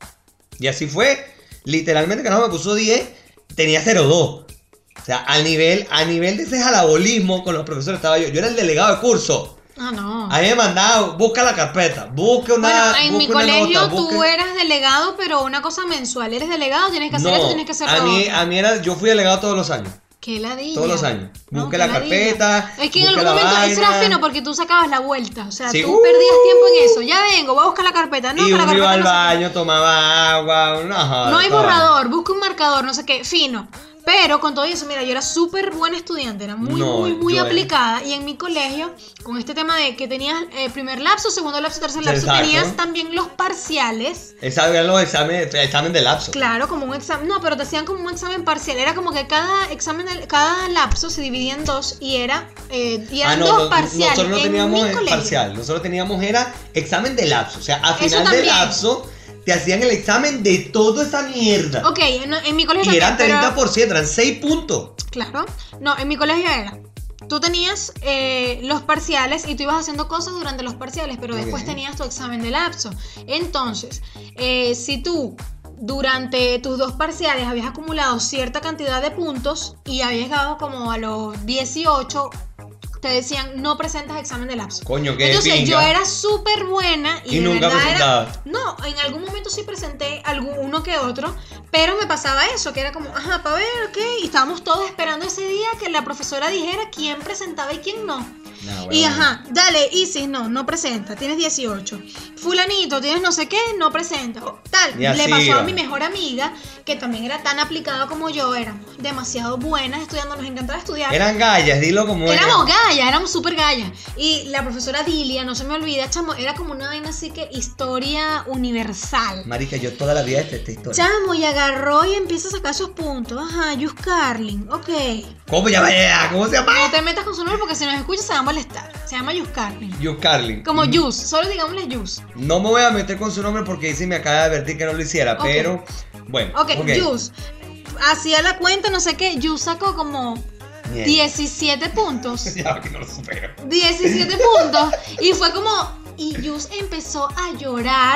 Y así fue. Literalmente, que no me puso diez, tenía cero coma dos. O sea, al nivel, a nivel de ese jalabolismo con los profesores estaba yo. Yo era el delegado de curso. Ah, no. A mí me mandaba, busca la carpeta, busque una, Bueno, en mi busque una colegio nota, tú busque- eras delegado, pero una cosa mensual. Eres delegado, tienes que hacer esto, tienes que hacer a lo mí, otro. a mí era, yo fui delegado todos los años. Qué ladilla. Todos los años. No, Busque qué la ladilla. carpeta, Es que en busque algún la momento eso era vaina. fino porque tú sacabas la vuelta. O sea, Sí. tú Uh. perdías tiempo en eso. Ya vengo, voy a buscar la carpeta. No, y que la uno iba carpeta al no sé qué. baño, tomaba agua, no, No hay borrador, busca un marcador, no sé qué, fino. Pero con todo eso, mira, yo era súper buena estudiante, era muy, No, muy, muy yo aplicada. Y en mi colegio, con este tema de que tenías eh, primer lapso, segundo lapso, tercer lapso, Exacto. tenías también los parciales. Esa eran los exámenes, examen de lapso. Claro, como un examen. No, pero te hacían como un examen parcial. Era como que cada examen, de- cada lapso se dividía en dos y era eh, y eran Ah, no, dos no, parciales. nosotros no en teníamos mi el colegio. parcial, nosotros teníamos era examen de lapso. O sea, a Eso final también. del lapso te hacían el examen de toda esa mierda. Ok, en, en mi colegio Y también. eran pero- treinta por ciento, eran seis puntos. Claro. No, en mi colegio era. Tú tenías eh, los parciales y tú ibas haciendo cosas durante los parciales, pero Ok. después tenías tu examen de lapso. Entonces, eh, si tú durante tus dos parciales habías acumulado cierta cantidad de puntos y habías llegado como a los dieciocho, te decían no presentas examen de lapso. Coño, qué Entonces pinga. yo era súper buena y, Y de nunca verdad presentaba. era. No, en algún momento sí presenté alguno que otro, pero me pasaba eso, que era como, ajá, para ver, ok, y estábamos todos esperando ese día que la profesora dijera quién presentaba y quién no. Nah, Y huevón. ajá, dale, Isis, no, no presenta, tienes dieciocho. Fulanito, tienes no sé qué, no presenta. O tal, Y así le pasó iba. a mi mejor amiga, que también era tan aplicada como yo, éramos demasiado buenas estudiando, nos encantaba estudiar. Eran gallas, dilo como era. Éramos gallas, éramos súper gallas. Y la profesora Dilia, no se me olvida, chamo, era como una vaina así que historia universal. Marica, yo toda la vida de esta historia. Chamo, y agarró y empieza a sacar esos puntos. Ajá, Jus Carlin, ok. ¿Cómo ya vaya? ¿Cómo se llama? No te metas con su nombre porque si nos escuchas se va a molestar. Se llama Jus Carlin. Jus Carlin. Como Jus, solo digámosle Jus. No me voy a meter con su nombre porque dice me acaba de advertir que no lo hiciera, Ok. pero bueno. Ok, Jus. Hacía la cuenta, no sé qué, Jus sacó como Mierda. diecisiete puntos. Ya que no lo supero. diecisiete puntos. Y fue como. Y Jus empezó a llorar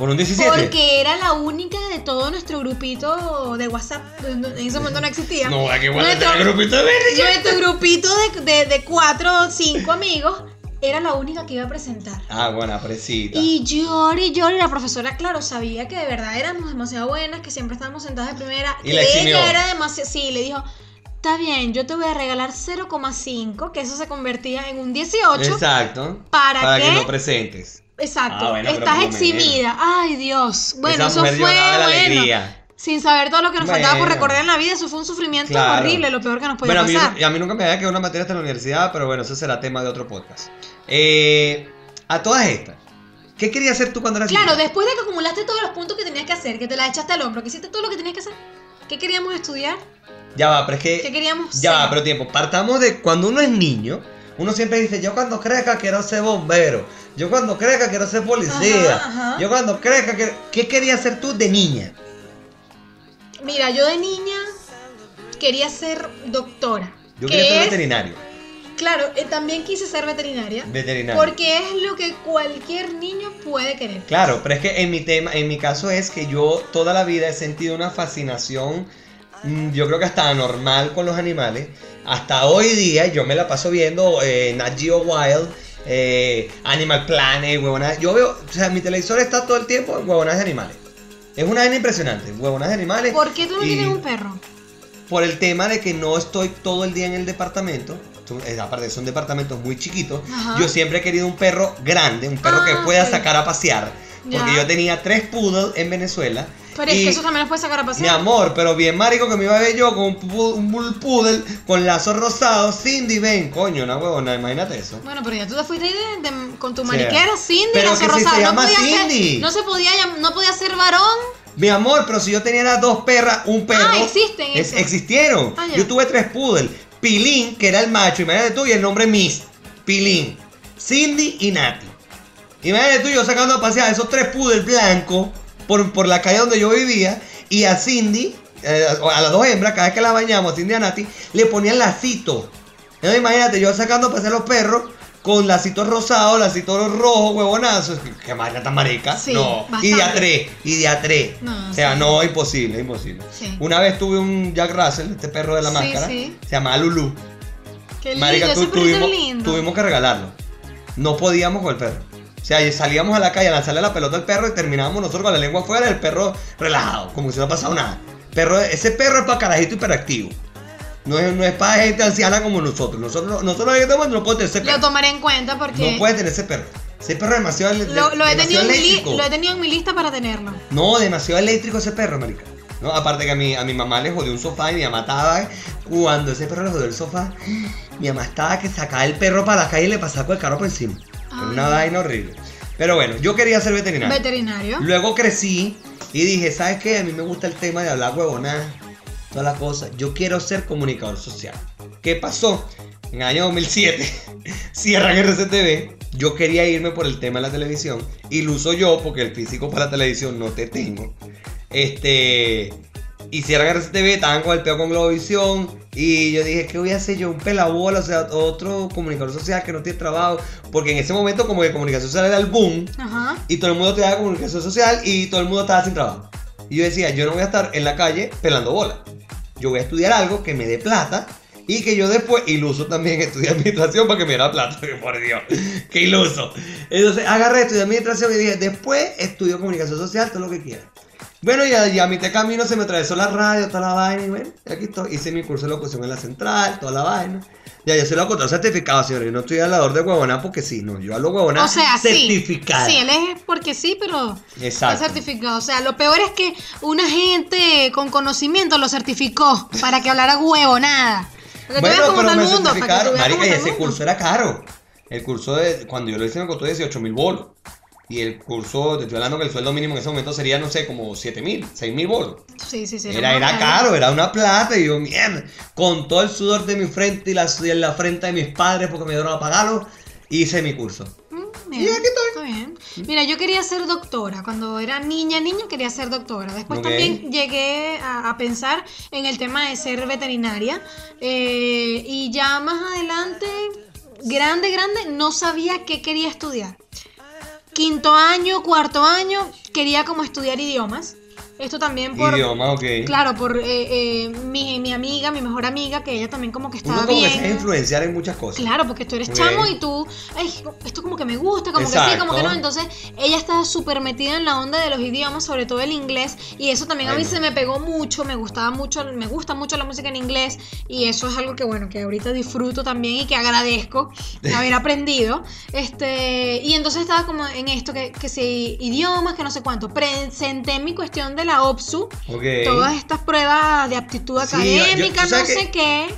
¿Por un diecisiete? Porque era la única de todo nuestro grupito de WhatsApp. En ese momento no existía. No, aquí nuestro, el grupito de verde. Nuestro grupito de, de, de cuatro o cinco amigos era la única que iba a presentar. Ah, buena presita. Y lloré y lloré. La profesora, claro, sabía que de verdad éramos demasiado buenas, que siempre estábamos sentadas de primera. Y que la eximió. ella era demasiado. Sí, le dijo: está bien, yo te voy a regalar cero coma cinco, que eso se convertía en un dieciocho. Exacto. ¿Para, para qué? que no presentes. Exacto. Ah, bueno, pero estás por lo eximida. Ay, Dios. Bueno, Esa eso mujer fue lloraba de bueno. alegría. Sin saber todo lo que nos Bueno. faltaba por recorrer en la vida, eso fue un sufrimiento Claro. horrible, lo peor que nos podía Bueno, a mí, pasar. a mí nunca me había quedado una materia hasta la universidad, pero bueno, eso será tema de otro podcast. Eh, a todas estas, ¿qué querías hacer tú cuando eras Claro, niña? después de que acumulaste todos los puntos que tenías que hacer, que te las echaste al hombro, que hiciste todo lo que tenías que hacer, ¿qué queríamos estudiar? Ya va, pero es que... ¿Qué queríamos Ya ser? va, pero tiempo. Partamos de cuando uno es niño, uno siempre dice, yo cuando crezca quiero ser bombero, yo cuando crezca quiero ser policía, Ajá, ajá. yo cuando crezca quiero... ¿Qué querías hacer tú de niña? Mira, yo de niña quería ser doctora. Yo que quería ser es- veterinario. Claro, eh, también quise ser veterinaria. Veterinario. Porque es lo que cualquier niño puede querer. Claro, pero es que en mi tema, en mi caso es que yo toda la vida he sentido una fascinación, mm, yo creo que hasta anormal con los animales. Hasta hoy día yo me la paso viendo eh, Nat Geo Wild, eh, Animal Planet, huevonadas. Yo veo, o sea, mi televisor está todo el tiempo en huevonadas de animales. Es una vaina impresionante, huevonadas de animales. ¿Por qué tú no y tienes un perro? Por el tema de que no estoy todo el día en el departamento. Eh, Aparte, son departamentos muy chiquitos. Ajá. Yo siempre he querido un perro grande, un perro Ah, que pueda ok. sacar a pasear. Porque Ya. yo tenía tres poodles en Venezuela. Pero es y, que eso también los puede sacar a pasear. mi amor, pero bien marico que me iba a ver yo con un, pu- un bull poodle con lazos rosados. Cindy, ven, coño, una huevona, imagínate eso. Bueno, pero ya tú te fuiste ahí de- de- con tu Sí. maniquera, Cindy, Pero lazo que si rosado. se no llama podía Cindy. Ser, no se podía llam- no podía ser varón. Mi amor, pero si yo tenía las dos perras, un perro. Ah, existen es- esas. Existieron. Ah, ya. Yo tuve tres poodles. Pilín, que era el macho, imagínate tú, y el nombre Miss. Pilín. Cindy y Nati. Imagínate tú, yo sacando a pasear esos tres poodles blancos por, por la calle donde yo vivía. Y a Cindy, eh, a las dos hembras, cada vez que las bañamos, a Cindy y a Nati, le ponían lacito. Entonces imagínate, yo sacando a pasear los perros con lacitos rosados, lacitos rojos, huevonazos. ¿Qué vaina tan marica? Sí, no. bastante. Y de a tres, y de a tres. No, o sea, sí. no, imposible, imposible. Sí. Una vez tuve un Jack Russell, este perro de la Sí, máscara. sí. Se llamaba Lulu. Qué lindo, Marica, ese tu- perrito es tuvimos, lindo. tuvimos que regalarlo. No podíamos con el perro. O sea, salíamos a la calle a lanzarle la pelota al perro y terminábamos nosotros con la lengua afuera, el perro relajado, como si no ha pasado nada. Perro, ese perro es para carajito hiperactivo. No es, no es para gente anciana como nosotros. Nosotros, nosotros en este momento no podemos tener ese Lo perro. tomaré en cuenta porque No puede tener ese perro. Ese perro es demasiado, lo, lo he tenido demasiado en mi li- eléctrico. lo he tenido en mi lista para tenerlo. No, demasiado eléctrico ese perro, marica. No, aparte que a mi, a mi mamá le jodió un sofá y mi mamá estaba, cuando ese perro le jodió el sofá, mi mamá estaba que sacaba el perro para la calle y le pasaba con el carro por encima. Era una Ay. vaina horrible. Pero bueno, yo quería ser veterinario. Veterinario. Luego crecí y dije, ¿sabes qué? A mí me gusta el tema de hablar huevonadas, todas las cosas. Yo quiero ser comunicador social. ¿Qué pasó? En el año dos mil siete cierran R C T V. Yo quería irme por el tema de la televisión. Y lo uso yo porque el físico para la televisión no te tengo. Este... Y cierran R C T V, estaban con el peo con Globovisión. Y yo dije, ¿qué voy a hacer yo? Un pelabola, o sea, otro comunicador social que no tiene trabajo. Porque en ese momento como que comunicación social era el boom. Ajá. Y todo el mundo tenía comunicación social y todo el mundo estaba sin trabajo. Y yo decía, yo no voy a estar en la calle pelando bola. Yo voy a estudiar algo que me dé plata y que yo después, iluso también, estudié administración para que me diera plata. Por Dios, qué iluso. Entonces agarré, estudié administración y dije, después estudio comunicación social, todo lo que quiera. Bueno, ya, ya a mitad de camino se me atravesó la radio, toda la vaina y bueno, aquí estoy. Hice mi curso de locución en la central, toda la vaina. Ya, yo soy locutor certificado, señores. Yo no estoy hablador de huevona porque sí, no. Yo hablo huevona O sea, certificada. sí. Sí, él es porque sí, pero Exacto. está certificado. O sea, lo peor es que una gente con conocimiento lo certificó para que hablara huevo, nada. Para que tú veas cómo está el me mundo. Para que tú certificaron. veas cómo Marica, y está el ese mundo. curso era caro. El curso de, cuando yo lo hice me costó dieciocho mil bolos. Y el curso, te estoy hablando que el sueldo mínimo en ese momento sería, no sé, como siete mil, seis mil bolos. Sí, sí, sí. Era, era caro, era una plata. Y yo, mierda, con todo el sudor de mi frente y la, y la frente de mis padres porque me dieron a pagarlo, hice mi curso. Mm, bien, Y aquí estoy. está bien. Mira, yo quería ser doctora. Cuando era niña, niño, quería ser doctora. Después Ok. también llegué a, a pensar en el tema de ser veterinaria. Eh, y ya más adelante, grande, grande, no sabía qué quería estudiar. quinto año, cuarto año, quería como estudiar idiomas. Esto también por... Idioma, ok. Claro, por eh, eh, mi, mi amiga, mi mejor amiga, que ella también como que estaba Uno como bien. que se deja influenciar en muchas cosas. Claro, porque tú eres Ok. chamo y tú, ay, esto como que me gusta, como que sí, Exacto. como que no. Entonces, ella estaba súper metida en la onda de los idiomas, sobre todo el inglés, y eso también a Ay, mí no. se me pegó mucho, me gustaba mucho, me gusta mucho la música en inglés, y eso es algo que, bueno, que ahorita disfruto también y que agradezco haber aprendido. Este, y entonces estaba como en esto, que, que si idiomas, que no sé cuánto. Presenté mi cuestión de la O P S U, Ok. todas estas pruebas de aptitud Sí, yo- académica, tú sabes no que- sé qué.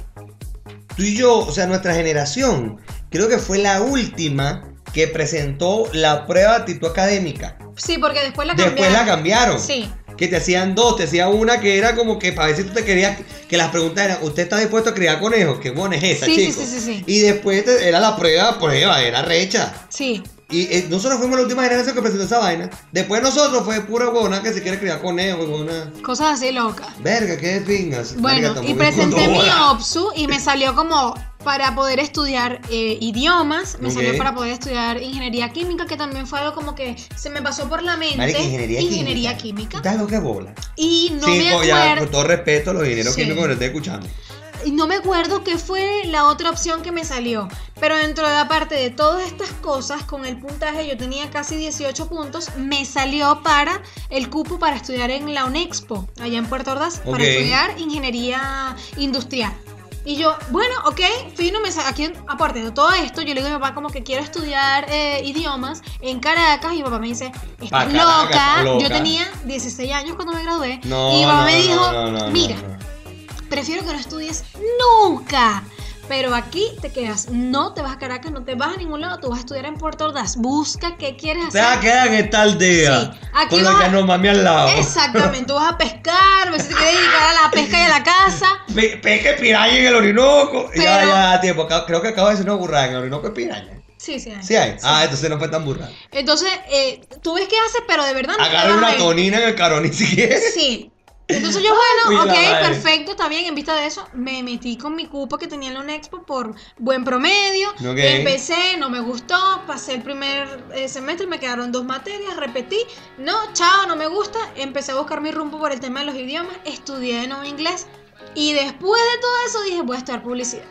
Tú y yo, o sea, nuestra generación, creo que fue la última que presentó la prueba de actitud académica. Sí, porque después la cambiaron. Después la cambiaron. Sí. Que te hacían dos, te hacía una que era como que para ver si tú te querías, que las preguntas eran, ¿usted está dispuesto a criar conejos? ¿Qué buena es esa, Sí, sí, chico? sí, sí, sí. Y después te- era la prueba, prueba, era recha. Sí. Y eh, nosotros fuimos la última generación que presentó esa vaina. Después nosotros fue pura huevona que se quiere criar conejos, huevona. Cosas así locas. Verga, qué pingas. Bueno, Marica, y tampoco presenté es mi bola. O P S U y me salió como para poder estudiar eh, idiomas, me Ok. salió para poder estudiar ingeniería química, que también fue algo como que se me pasó por la mente. Marica, ingeniería, Ingeniería química. química. ¿Estás lo que bola? Y no sí, me co- ya, acuerdo. con todo respeto a los ingenieros Sí. químicos que nos estén escuchando. Y no me acuerdo qué fue la otra opción que me salió. Pero dentro de la parte de todas estas cosas, con el puntaje, yo tenía casi dieciocho puntos, me salió para el cupo para estudiar en la UNEXPO, allá en Puerto Ordaz, Ok. para estudiar ingeniería industrial. Y yo, bueno, ok, fino, me sa- aquí, aparte de todo esto, yo le digo a mi papá como que quiero estudiar eh, idiomas en Caracas, y mi papá me dice, Pa' estás Caracas, loca. estás loca. Yo tenía dieciséis años cuando me gradué, No, y mi papá no, me no, dijo, no, no, no, mira, no. prefiero que no estudies nunca. Pero aquí te quedas, no te vas a Caracas, no te vas a ningún lado, tú vas a estudiar en Puerto Ordaz. Busca qué quieres Te hacer. vas a quedar en esta aldea. Sí, aquí con lo vas que a- no mami al lado. Exactamente, tú vas a pescar, ver si te quieres dedicar a la pesca y a la caza. Pe- Peque piraña en el Orinoco. Ya, Pero- ya, tiempo. Acá- Creo que acabo de decir una burrada. En el Orinoco es piraña. Sí, sí. hay. Sí hay. Sí. Ah, entonces no fue tan burrada. Entonces, eh, tú ves qué haces, pero de verdad no te Agarra vas a una ir. tonina en el carón ni siquiera. Sí. Entonces yo, Uy, bueno, la ok, madre. perfecto, está bien. En vista de eso, me metí con mi cupo que tenía en la UNEXPO por buen promedio. Ok. Empecé, no me gustó, pasé el primer eh, semestre, me quedaron dos materias, repetí. No, chao, no me gusta. Empecé a buscar mi rumbo por el tema de los idiomas, estudié de nuevo inglés. Y después de todo eso dije, voy a estudiar publicidad.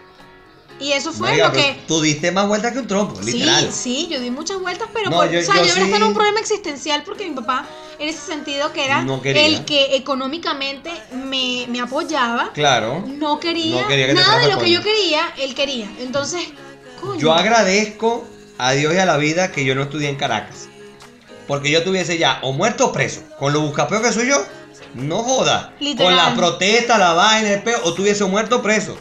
Y eso fue Marica, lo pero que... Tú diste más vueltas que un trompo, literal. Sí, sí, yo di muchas vueltas, pero No, por- yo- o sea, yo yo debería sí- estar en un problema existencial porque mi papá, en ese sentido, que era No quería. el que económicamente me, me apoyaba, Claro. no quería, No quería que te nada de fueras lo que coño. yo quería, él quería. Entonces, coño. Yo agradezco a Dios y a la vida que yo no estudié en Caracas. Porque yo estuviese ya o muerto o preso. Con lo buscapeo que soy yo, no joda. Literal. Con la protesta, la vaina, el peo, o tuviese muerto o preso.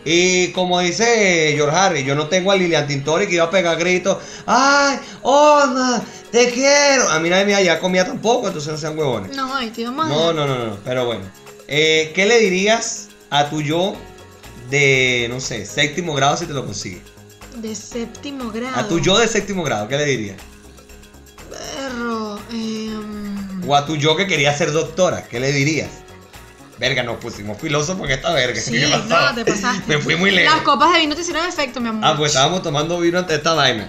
Y como dice George Harry, yo no tengo a Lilian Tintori que iba a pegar gritos. ¡Ay, Oma, te quiero! A mí nadie me ya comía tampoco, entonces no sean huevones. No, ay, tío, madre. No, no, no, no, pero bueno. Eh, ¿Qué le dirías a tu yo de, no sé, séptimo grado si te lo consigues? De séptimo grado. A tu yo de séptimo grado, ¿qué le dirías? Perro. em, O a tu yo que quería ser doctora, ¿qué le dirías? Verga, nos pusimos filósofos en esta verga. Sí, ¿Qué pasó? no, te pasaste. Me fui muy lejos. Las copas de vino te hicieron efecto, mi amor. Ah, pues estábamos tomando vino ante esta vaina.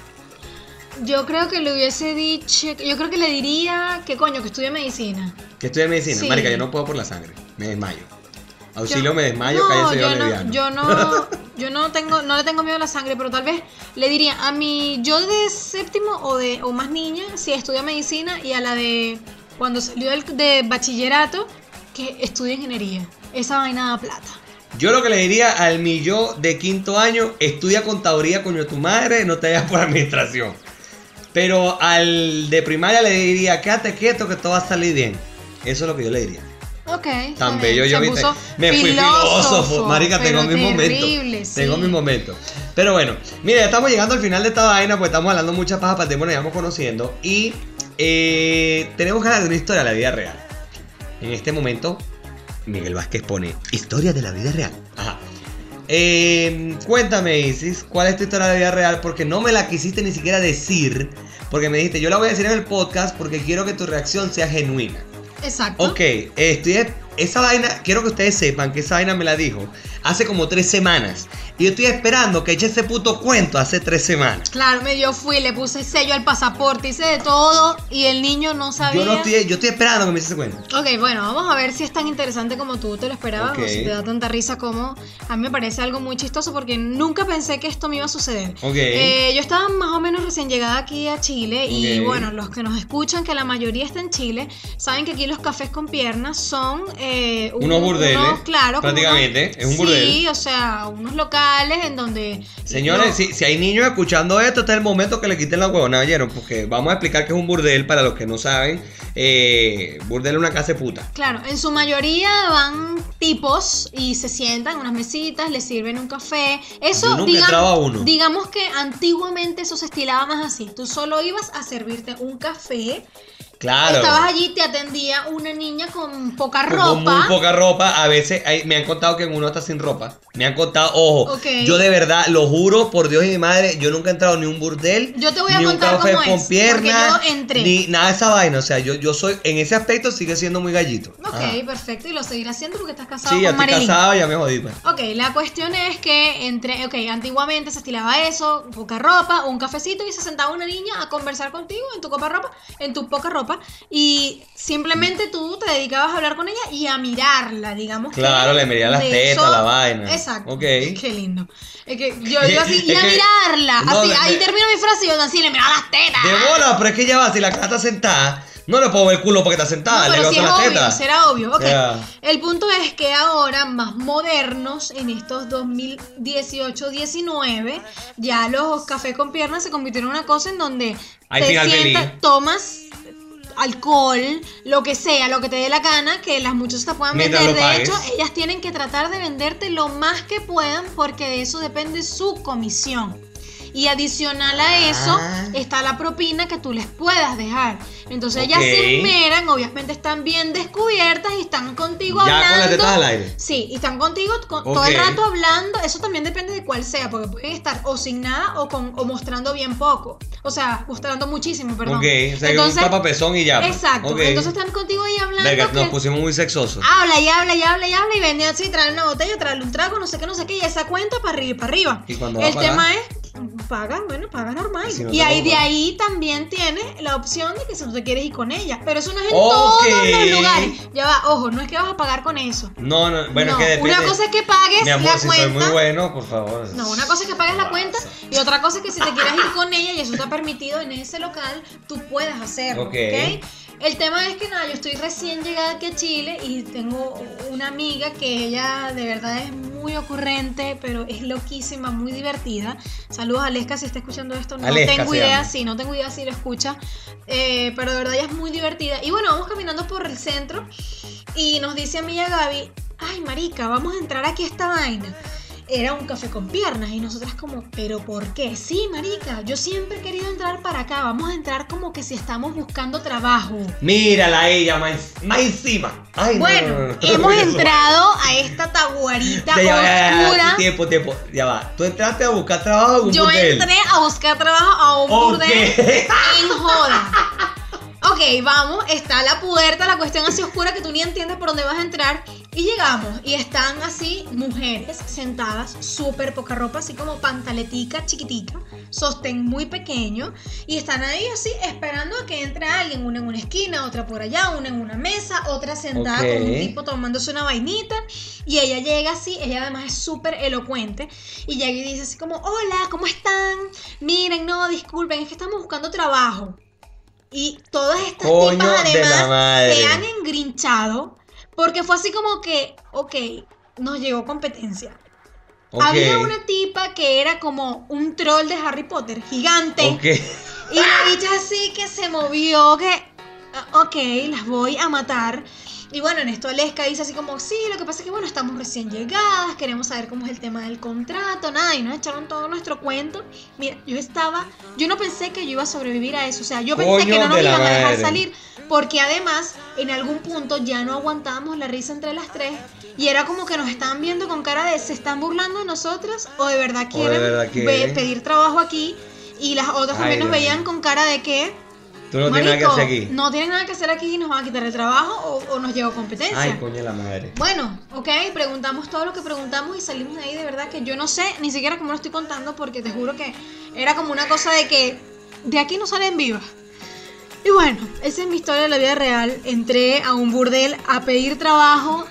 Yo creo que le hubiese dicho, yo creo que le diría que coño, que estudie medicina. Que estudia medicina. Sí. Marica, yo no puedo por la sangre. Me desmayo. Auxilio, Yo- me desmayo, no, cállese yo yo no, leviano. yo no, yo no tengo, no le tengo miedo a la sangre, pero tal vez le diría a mi yo de séptimo o de o más niña si estudia medicina, y a la de cuando salió del, de bachillerato que estudie ingeniería. Esa vaina da plata. Yo lo que le diría al mi yo de quinto año, estudia contaduría, coño tu madre, no te vayas por administración. Pero al de primaria le diría, quédate quieto que todo va a salir bien. Eso es lo que yo le diría. Ok. está Tan bien. bello yo, Se ¿viste? puso Me fui filósofo. Marica, tengo pero mis momentos. terrible, sí. Tengo mis momentos. Pero bueno, mira, ya estamos llegando al final de esta vaina, pues estamos hablando mucha paja para el tema, nos íbamos conociendo. Y eh, tenemos ganas de una historia de la vida real. En este momento, Miguel Vázquez pone historia de la vida real. Ajá. Eh, cuéntame, Isis, ¿cuál es tu historia de la vida real? Porque no me la quisiste ni siquiera decir. Porque me dijiste, yo la voy a decir en el podcast porque quiero que tu reacción sea genuina. Exacto. Ok, eh, estoy, esa vaina, quiero que ustedes sepan que esa vaina me la dijo hace como tres semanas. Y yo estoy esperando que eche ese puto cuento hace tres semanas. Claro, me yo fui, le puse sello al pasaporte, hice de todo y el niño no sabía. Yo no estoy, yo estoy esperando que me eche ese cuento. Ok, bueno, vamos a ver si es tan interesante como tú te lo esperabas Ok. o si te da tanta risa como a mí me parece algo muy chistoso porque nunca pensé que esto me iba a suceder. Ok. Eh, yo estaba más o menos recién llegada aquí a Chile y Ok. bueno, los que nos escuchan, que la mayoría está en Chile, saben que aquí los cafés con piernas son eh, un- Unos burdeles, unos, claro, como prácticamente, unos- es un sí, burdel. o sea, unos locales en donde Señores, no- si, si hay niños escuchando esto, este es el momento que le quiten la huevona, ¿oyeron? Porque vamos a explicar que es un burdel para los que no saben. Eh, burdel es una casa de puta. Claro, en su mayoría van tipos y se sientan en unas mesitas, les sirven un café. Eso, Yo nunca digam- entraba a uno. digamos que antiguamente eso se estilaba más así. Tú solo ibas a servirte un café. Claro. Estabas allí, te atendía una niña con poca Con ropa. muy poca ropa. A veces hay- me han contado que en uno está sin ropa. Me han contado, ojo. Ok. Yo de verdad, lo juro por Dios y mi madre, yo nunca he entrado ni a un burdel. Yo te voy a ni un contar café cómo con es, piernas. porque yo entré. Ni nada de esa vaina. O sea, yo, yo soy, en ese aspecto sigue siendo muy gallito. Ok, Ajá. perfecto, y lo seguirás haciendo porque estás casado Sí, ya con estoy Marilyn. casado, ya me jodí. Pues. Ok, la cuestión es que entre, ok, antiguamente se estilaba eso, poca ropa, un cafecito y se sentaba una niña a conversar contigo en tu poca ropa, en tu poca ropa y simplemente tú te dedicabas a hablar con ella y a mirarla, digamos. que Claro, le medía las de tetas, eso- la vaina. Exacto. Ok. Qué lindo. Es que yo digo así, y Es a que- mirarla, no, así, de- ahí de- termino mi frase y yo así, le miraba las tetas. De bola, pero es que ya va, si la cara está sentada, no le puedo ver el culo porque está sentada, No, le pero veo si es las obvio, tetas. será obvio. Ok. Ya. El punto es que ahora, más modernos, en estos dos mil dieciocho diecinueve, ya los cafés con piernas se convirtieron en una cosa en donde Hay te final sientas, feliz. tomas alcohol, lo que sea, lo que te dé la gana, que las muchachas te puedan Mientras vender. lo De pagues. hecho, ellas tienen que tratar de venderte lo más que puedan porque de eso depende su comisión. Y adicional a eso Ah. está la propina que tú les puedas dejar. Entonces Ok. ellas se esmeran, obviamente están bien descubiertas y están contigo Ya con hablando. las tetas al aire. Sí, y están contigo con- Ok. todo el rato hablando. Eso también depende de cuál sea, porque pueden estar o sin nada o, con, o mostrando bien poco. O sea, mostrando muchísimo, perdón. Ok, o sea, que un tapapezón y ya. pues. Exacto. Ok. Entonces están contigo ahí hablando. Verga, nos que- pusimos muy sexosos. Habla y habla y habla y habla y viene así, trae una botella, trae un trago, no sé qué, no sé qué, y esa cuenta para arriba y para arriba. ¿Y cuando va El a pagar? tema es, paga, bueno, paga normal. Y si no y te ahí puedo de pagar. ahí también tienes la opción de que si tú te quieres ir con ella. Pero eso no es en Ok. todos los lugares. Ya va, ojo, no es que vas a pagar con eso. No, no, bueno, No, es que depende. una cosa es que pagues Mi amor, la si cuenta. soy muy bueno, por favor. No, una cosa es que pagues la cuenta y otra cosa es que si te quieres ir con ella y eso está permitido en ese local, tú puedes hacerlo, Ok. ¿ok? El tema es que nada, yo estoy recién llegada aquí a Chile y tengo una amiga que ella de verdad es muy ocurrente, pero es loquísima, muy divertida. Saludos a Aleska si está escuchando esto, no Aleska tengo se idea, llama. sí, no tengo idea si lo escucha, eh, pero de verdad ella es muy divertida. Y bueno, vamos caminando por el centro y nos dice a mí y a Gaby, ay marica, vamos a entrar aquí a esta vaina. Era un café con piernas y nosotras como, ¿pero por qué? Sí, marica, yo siempre he querido entrar para acá, vamos a entrar como que si estamos buscando trabajo. Mírala ella, más, más encima. Ay, no, Bueno, no, no, no. hemos Eso. entrado a esta taguarita Ya, ya, ya, ya, ya, oscura. tiempo, tiempo. Ya va. Tú entraste a buscar trabajo en un Yo burdel. entré a buscar trabajo a un Ok. burdel en joda. Ok, vamos, está la puerta, la cuestión así oscura que tú ni entiendes por dónde vas a entrar. Y llegamos y están así mujeres sentadas, súper poca ropa, así como pantaletica, chiquitica, sostén muy pequeño. Y están ahí así esperando a que entre alguien, una en una esquina, otra por allá, una en una mesa, otra sentada Ok. con un tipo tomándose una vainita. Y ella llega así, ella además es súper elocuente. Y llega y dice así como, hola, ¿cómo están? Miren, no, disculpen, es que estamos buscando trabajo. Y todas estas Coño tipas de la además madre. se han engrinchado porque fue así como que, ok, nos llegó competencia. Ok. Había una tipa que era como un troll de Harry Potter, gigante. Ok. Y la bicha así que se movió, que, ah, ok, las voy a matar. Y bueno, en esto Aleska dice así como, sí, lo que pasa es que bueno, estamos recién llegadas, queremos saber cómo es el tema del contrato, nada, y nos echaron todo nuestro cuento. Mira, yo estaba, yo no pensé que yo iba a sobrevivir a eso, o sea, yo pensé Coño que no nos de la iban a dejar madre. salir, porque además, en algún punto ya no aguantábamos la risa entre las tres, y era como que nos estaban viendo con cara de, ¿se están burlando de nosotras? ¿O de verdad quieren verdad ve- quieren. pedir trabajo aquí? Y las otras Ay, también nos Dios veían mío. con cara de que... Tú no tienes nada que Marico, hacer aquí. No tienes nada que hacer aquí y nos van a quitar el trabajo o, o nos lleva competencia. Ay, coño la madre. Bueno, ok, preguntamos todo lo que preguntamos y salimos de ahí, de verdad que yo no sé ni siquiera cómo lo estoy contando porque te juro que era como una cosa de que de aquí no salen vivas. Y bueno, esa es mi historia de la vida real. Entré a un burdel a pedir trabajo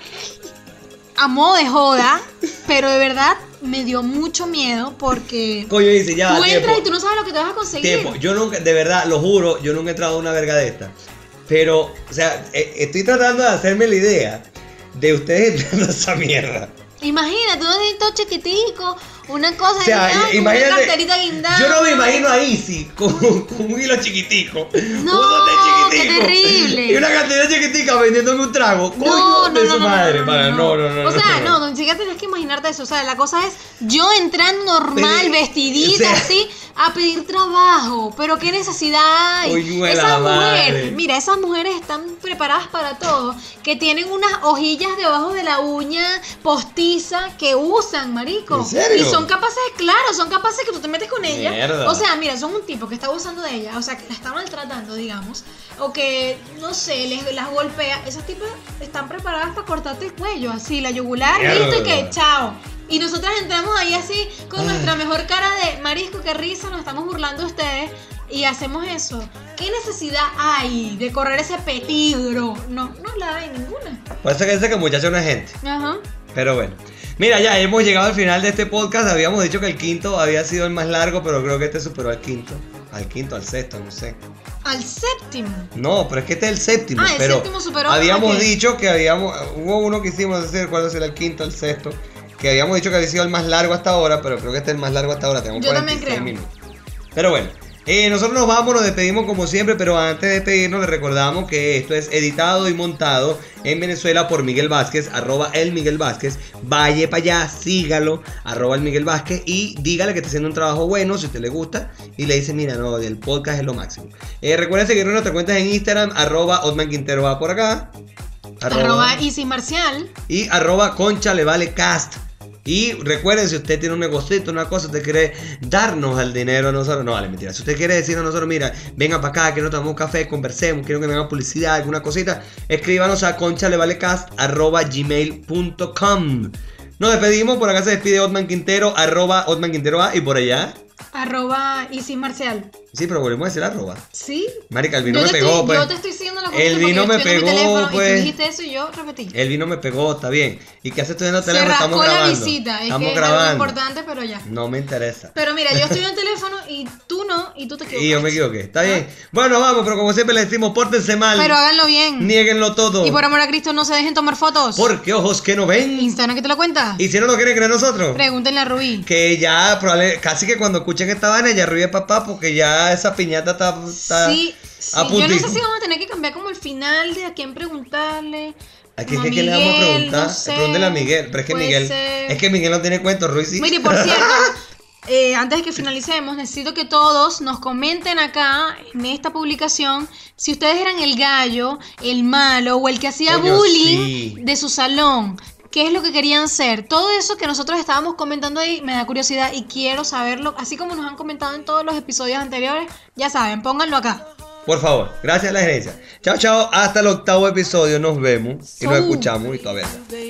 a modo de joda, pero de verdad me dio mucho miedo porque Coño, dice, ya. tú tiempo, entras y tú no sabes lo que te vas a conseguir. Tiempo. Yo nunca, de verdad, lo juro, yo nunca he entrado a una verga de esta. Pero, o sea, eh, estoy tratando de hacerme la idea de ustedes entrando a esa mierda. Imagínate, un dedito chiquitico, una cosa O sea, ahí, ay, imagínate, una carterita guindada. yo no me imagino a Izzy con, con un hilo chiquitico, No, un bote qué chiquitico terrible. y una cartera chiquitica vendiéndome un trago. Coño No, no, de no, su no, madre, no, para, no, no, no. O sea, no, ni siquiera tienes que imaginarte eso. O sea, la cosa es yo entrando normal, Pero, vestidita, o sea, así, a pedir trabajo. Pero qué necesidad hay. Coño de la Esas madre. mujeres, mira, esas mujeres están preparadas para todo. Que tienen unas hojillas debajo de la uña postiza que usan, marico. ¿En serio? Y son capaces, claro, son capaces que tú te metes con ella. Mierda. O sea, mira, son un tipo que está abusando de ella, o sea, que la está maltratando, digamos, o que, no sé, les, las golpea. Esas tipas están preparadas para cortarte el cuello, así, la yugular, Mierda. listo, y que chao. Y nosotras entramos ahí así, con nuestra mejor cara de marisco, qué risa, nos estamos burlando de ustedes, y hacemos eso. ¿Qué necesidad hay de correr ese peligro? No, no la hay ninguna. Por eso que dice que el muchacho no es gente. Ajá. Pero bueno. Mira, ya hemos llegado al final de este podcast. Habíamos dicho que el quinto había sido el más largo, pero creo que este superó al quinto. Al quinto, al sexto, no sé. Al séptimo. No, pero es que este es el séptimo. Ah, el pero séptimo superó. habíamos ¿A qué? dicho que habíamos. Hubo uno que hicimos, no sé cuál será el quinto, el sexto. Que habíamos dicho que había sido el más largo hasta ahora, pero creo que este es el más largo hasta ahora. Tenemos Yo cuarenta y también seis creo. minutos. Pero bueno. Eh, nosotros nos vamos, nos despedimos como siempre, pero antes de despedirnos les recordamos que esto es editado y montado en Venezuela por Miguel Vázquez, arroba el Miguel Vázquez. Vaya para allá, sígalo, arroba el Miguel Vázquez y dígale que está haciendo un trabajo bueno, si a usted le gusta, y le dice, mira, no, el podcast es lo máximo. Eh, recuerden seguirnos en nuestras cuentas en Instagram, arroba Otman Quintero va por acá. Arroba, arroba Isis Marcial. Y arroba Concha le vale cast. Y recuerden, si usted tiene un negocito, una cosa, usted quiere darnos el dinero a nosotros, no vale, mentira. Si usted quiere decirnos a nosotros, mira, venga para acá, que nos tomamos un café, conversemos, quiero que me hagan publicidad, alguna cosita, escríbanos a conchalevalecast arroba gmail punto com. Nos despedimos, por acá se despide Otman Quintero, arroba Otman Quintero A, y por allá. Arroba Isis Marcial. Sí, pero volvemos a decir arroba. ¿Sí? Marica, el vino yo me te pegó, estoy, pues. Yo te estoy siguiendo la El vino me pegó, teléfono, pues. Y tú dijiste eso y yo repetí. El vino me pegó, está bien. ¿Y qué haces tú en el Se teléfono? rascó Estamos la grabando. visita. Es Estamos que es algo grabando. importante, pero ya. No me interesa. Pero mira, yo estoy en el teléfono y tú no, y tú te equivocas. Y yo me equivoqué, está bien. Bueno, vamos, pero como siempre le decimos, pórtense mal. Pero háganlo bien. Niéguenlo todo. Y por amor a Cristo, no se dejen tomar fotos. Porque ojos que no ven. Instagram que te lo cuenta. Y si no lo quieren creer nosotros. Pregúntenle a Rubí. Que ya, probable, casi que cuando escuchen esta vaina, ya ríe papá, porque ya esa piñata está. está Sí, sí. a Yo no sé puntico. si vamos a tener que cambiar como el final de a quién preguntarle. Aquí es Como que, a ¿qué le vamos a Miguel, preguntar? no sé. Pregúntele a Miguel. Pero es que Puede Miguel. ser. Es que Miguel no tiene cuento, Ruiz sí. Mire, por cierto, eh, antes de que finalicemos, necesito que todos nos comenten acá en esta publicación si ustedes eran el gallo, el malo o el que hacía Coño, bullying sí. de su salón. ¿Qué es lo que querían ser? Todo eso que nosotros estábamos comentando ahí me da curiosidad y quiero saberlo, así como nos han comentado en todos los episodios anteriores. Ya saben, pónganlo acá. Por favor, gracias a la gerencia. Chao, chao. Hasta el octavo episodio. Nos vemos y nos Chau. escuchamos y todavía.